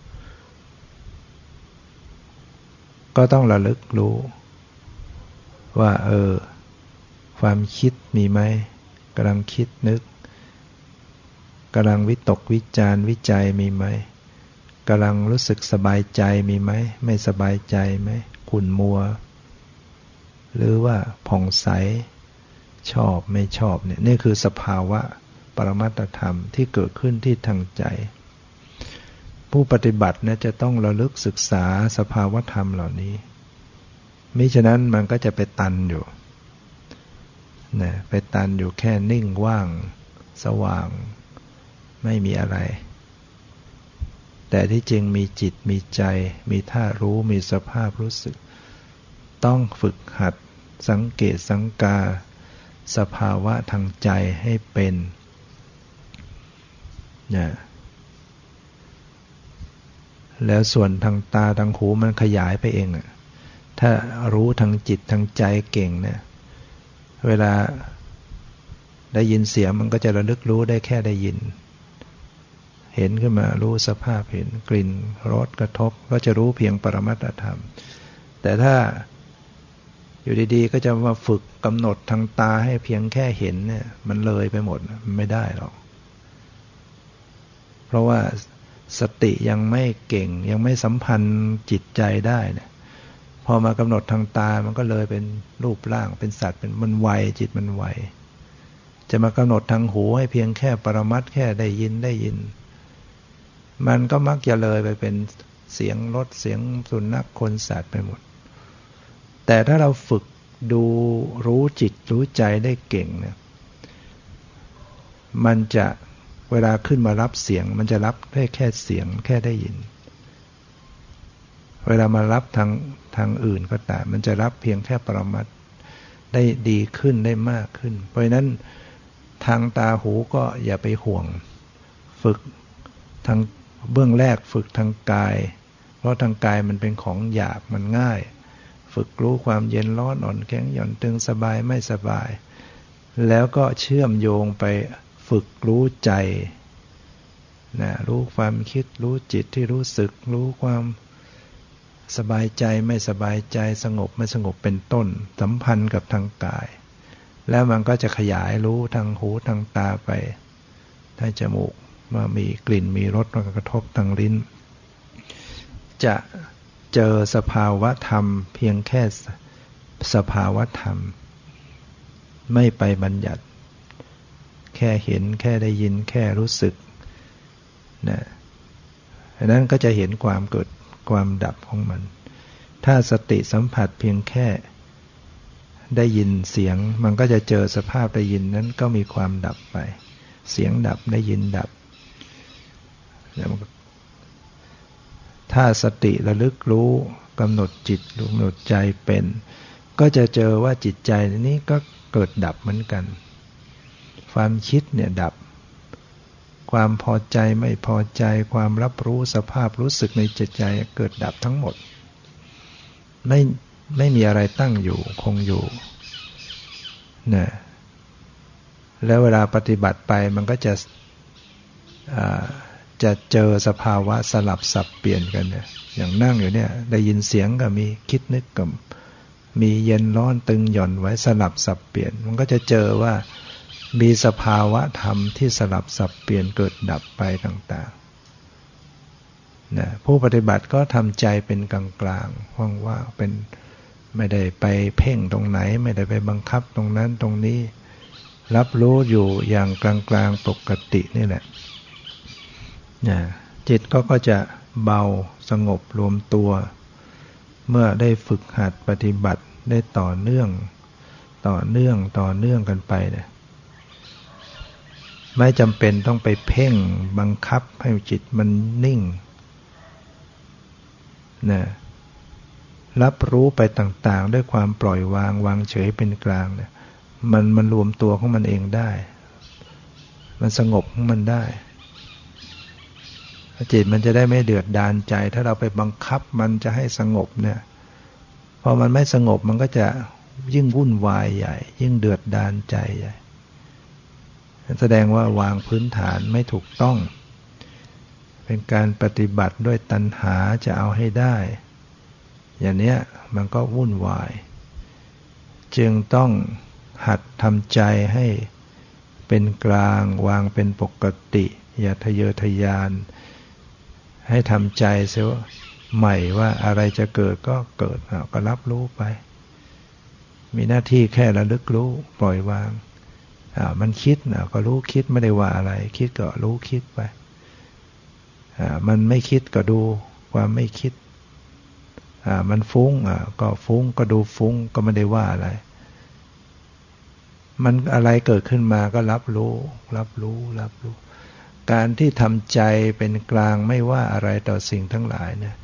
ก็ต้องระลึกรู้ว่าเออความคิดมีไหมกำลังคิดนึกกำลังวิตกวิจารวิจัยมีไหมกำลังรู้สึกสบายใจมีไหมไม่สบายใจไหมขุ่นมัวหรือว่าผ่องใสชอบไม่ชอบเนี่ยนี่คือสภาวะปรมัตถธรรมที่เกิดขึ้นที่ทางใจผู้ปฏิบัติเนี่ยจะต้องระลึกศึกษาสภาวะธรรมเหล่านี้มิฉะนั้นมันก็จะไปตันอยู่นะไปตันอยู่แค่นิ่งว่างสว่างไม่มีอะไรแต่ที่จริงมีจิตมีใจมีท่ารู้มีสภาพรู้สึกต้องฝึกหัดสังเกตสังกาสภาวะทางใจให้เป็นนะแล้วส่วนทางตาทางหูมันขยายไปเองอ่ะถ้ารู้ทางจิตทางใจเก่งเนี่ยเวลาได้ยินเสียงมันก็จะระลึกรู้ได้แค่ได้ยินเห็นขึ้นมารู้สภาพเห็นกลิ่นรสกระทบก็จะรู้เพียงปรมัตถธรรมแต่ถ้าอยู่ดีๆก็จะมาฝึกกำหนดทางตาให้เพียงแค่เห็นเนี่ยมันเลยไปหมดมันไม่ได้หรอกเพราะว่าสติยังไม่เก่งยังไม่สัมพันธ์จิตใจได้เนี่ยพอมากำหนดทางตามันก็เลยเป็นรูปร่างเป็นสัตว์เป็นมันไวจิตมันไวจะมากำหนดทางหูให้เพียงแค่ปรมัตถ์แค่ได้ยินได้ยินมันก็มักจะเลยไปเป็นเสียงรถเสียงสุนัขคนสัตว์ไปหมดแต่ถ้าเราฝึกดูรู้จิตรู้ใจได้เก่งเนี่ยมันจะเวลาขึ้นมารับเสียงมันจะรับได้แค่เสียงแค่ได้ยินเวลามารับทางทางอื่นก็ตามมันจะรับเพียงแค่ปรมัตถ์ได้ดีขึ้นได้มากขึ้นเพราะฉะนั้นทางตาหูก็อย่าไปห่วงฝึกทางเบื้องแรกฝึกทางกายเพราะทางกายมันเป็นของหยาบมันง่ายฝึกรู้ความเย็นร้อนอ่อนแข็งหย่อนตึงสบายไม่สบายแล้วก็เชื่อมโยงไปฝึกรู้ใจนะรู้ความคิดรู้จิตที่รู้สึกรู้ความสบายใจไม่สบายใจสงบไม่สงบเป็นต้นสัมพันธ์กับทางกายแล้วมันก็จะขยายรู้ทางหูทางตาไปทางจมูกเมื่อมีกลิ่นมีรสมันกระทบทางลิ้นจะเจอสภาวะธรรมเพียงแค่สภาวะธรรมไม่ไปบัญญัติแค่เห็นแค่ได้ยินแค่รู้สึกนะอันนั้นก็จะเห็นความเกิดความดับของมันถ้าสติสัมผัสเพียงแค่ได้ยินเสียงมันก็จะเจอสภาพได้ยินนั้นก็มีความดับไปเสียงดับได้ยินดับถ้าสติระลึกรู้กำหนดจิตกำหนดใจเป็นก็จะเจอว่าจิตใจนี้ก็เกิดดับเหมือนกันความคิดเนี่ยดับความพอใจไม่พอใจความรับรู้สภาพรู้สึกในจิตใจเกิดดับทั้งหมดไม่ไม่มีอะไรตั้งอยู่คงอยู่นะแล้วเวลาปฏิบัติไปมันก็จะจะเจอสภาวะสลับสับเปลี่ยนกันเนี่ยอย่างนั่งอยู่เนี่ยได้ยินเสียงก็มีคิดนึกก็มีเย็นร้อนตึงหย่อนไว้สลับสับเปลี่ยนมันก็จะเจอว่ามีสภาวะธรรมที่สลับสับเปลี่ยนเกิดดับไปต่างๆนะผู้ปฏิบัติก็ทำใจเป็นกลางๆว่างๆเป็นไม่ได้ไปเพ่งตรงไหนไม่ได้ไปบังคับตรงนั้นตรงนี้รับรู้อยู่อย่างกลางๆปกตินี่แหละนะจิตก็ก็จะเบาสงบรวมตัวเมื่อได้ฝึกหัดปฏิบัติได้ต่อเนื่องต่อเนื่องต่อเนื่องกันไปเนี่ยไม่จำเป็นต้องไปเพ่งบังคับให้จิตมันนิ่งนะรับรู้ไปต่างๆด้วยความปล่อยวางวางเฉยเป็นกลางเนี่ยมันมันรวมตัวของมันเองได้มันสงบของมันได้จิตมันจะได้ไม่เดือดดาลใจถ้าเราไปบังคับมันจะให้สงบเนี่ยพอมันไม่สงบมันก็จะยิ่งวุ่นวายใหญ่ยิ่งเดือดดาลใจใหญ่แสดงว่าวางพื้นฐานไม่ถูกต้องเป็นการปฏิบัติด้วยตัณหาจะเอาให้ได้อย่างเนี้ยมันก็วุ่นวายจึงต้องหัดทำใจให้เป็นกลางวางเป็นปกติอย่าทะเยอทะยานให้ทำใจเสียใหม่ว่าอะไรจะเกิดก็เกิดก็รับรู้ไปมีหน้าที่แค่ระลึกรู้ปล่อยวางอ่ามันคิดอ่ะก็รู้คิดไม่ได้ว่าอะไรคิดก็รู้คิดไปอ่ามันไม่คิดก็ดูความไม่คิดอ่ามันฟุ้งอ่าก็ฟุ้งก็ดูฟุ้งก็ไม่ได้ว่าอะไรมันอะไรเกิดขึ้นมาก็รับรู้รับรู้รับรู้การที่ทำใจเป็นกลางไม่ว่าอะไรต่อสิ่งทั้งหลายเนี่ย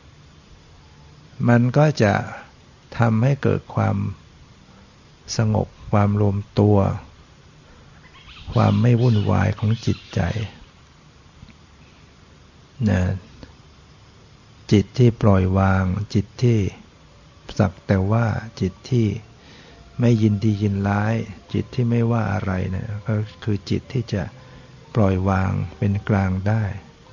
มันก็จะทำให้เกิดความสงบความรวมตัวความไม่วุ่นวายของจิตใจนะจิตที่ปล่อยวางจิตที่สักแต่ว่าจิตที่ไม่ยินดียินร้ายจิตที่ไม่ว่าอะไรเนี่ยก็คือจิตที่จะปล่อยวางเป็นกลางได้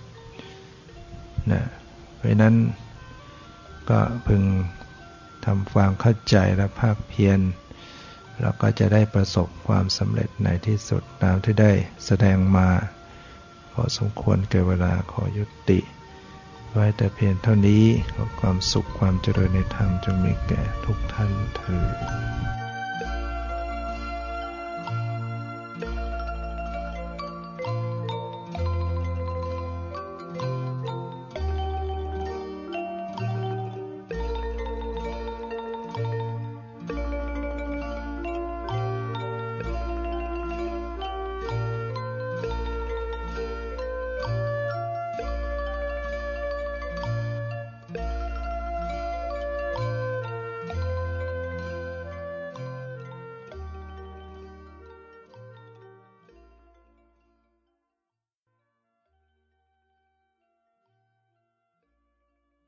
นะเพราะนั้นก็พึงทำความเข้าใจและภาคเพียรแล้วก็จะได้ประสบความสำเร็จในที่สุดตามที่ได้แสดงมาพอสมควรแก่เวลาขอยุติไว้แต่เพียงเท่านี้ขอความสุขความเจริญในธรรมจงมีแก่ทุกท่านเทอญ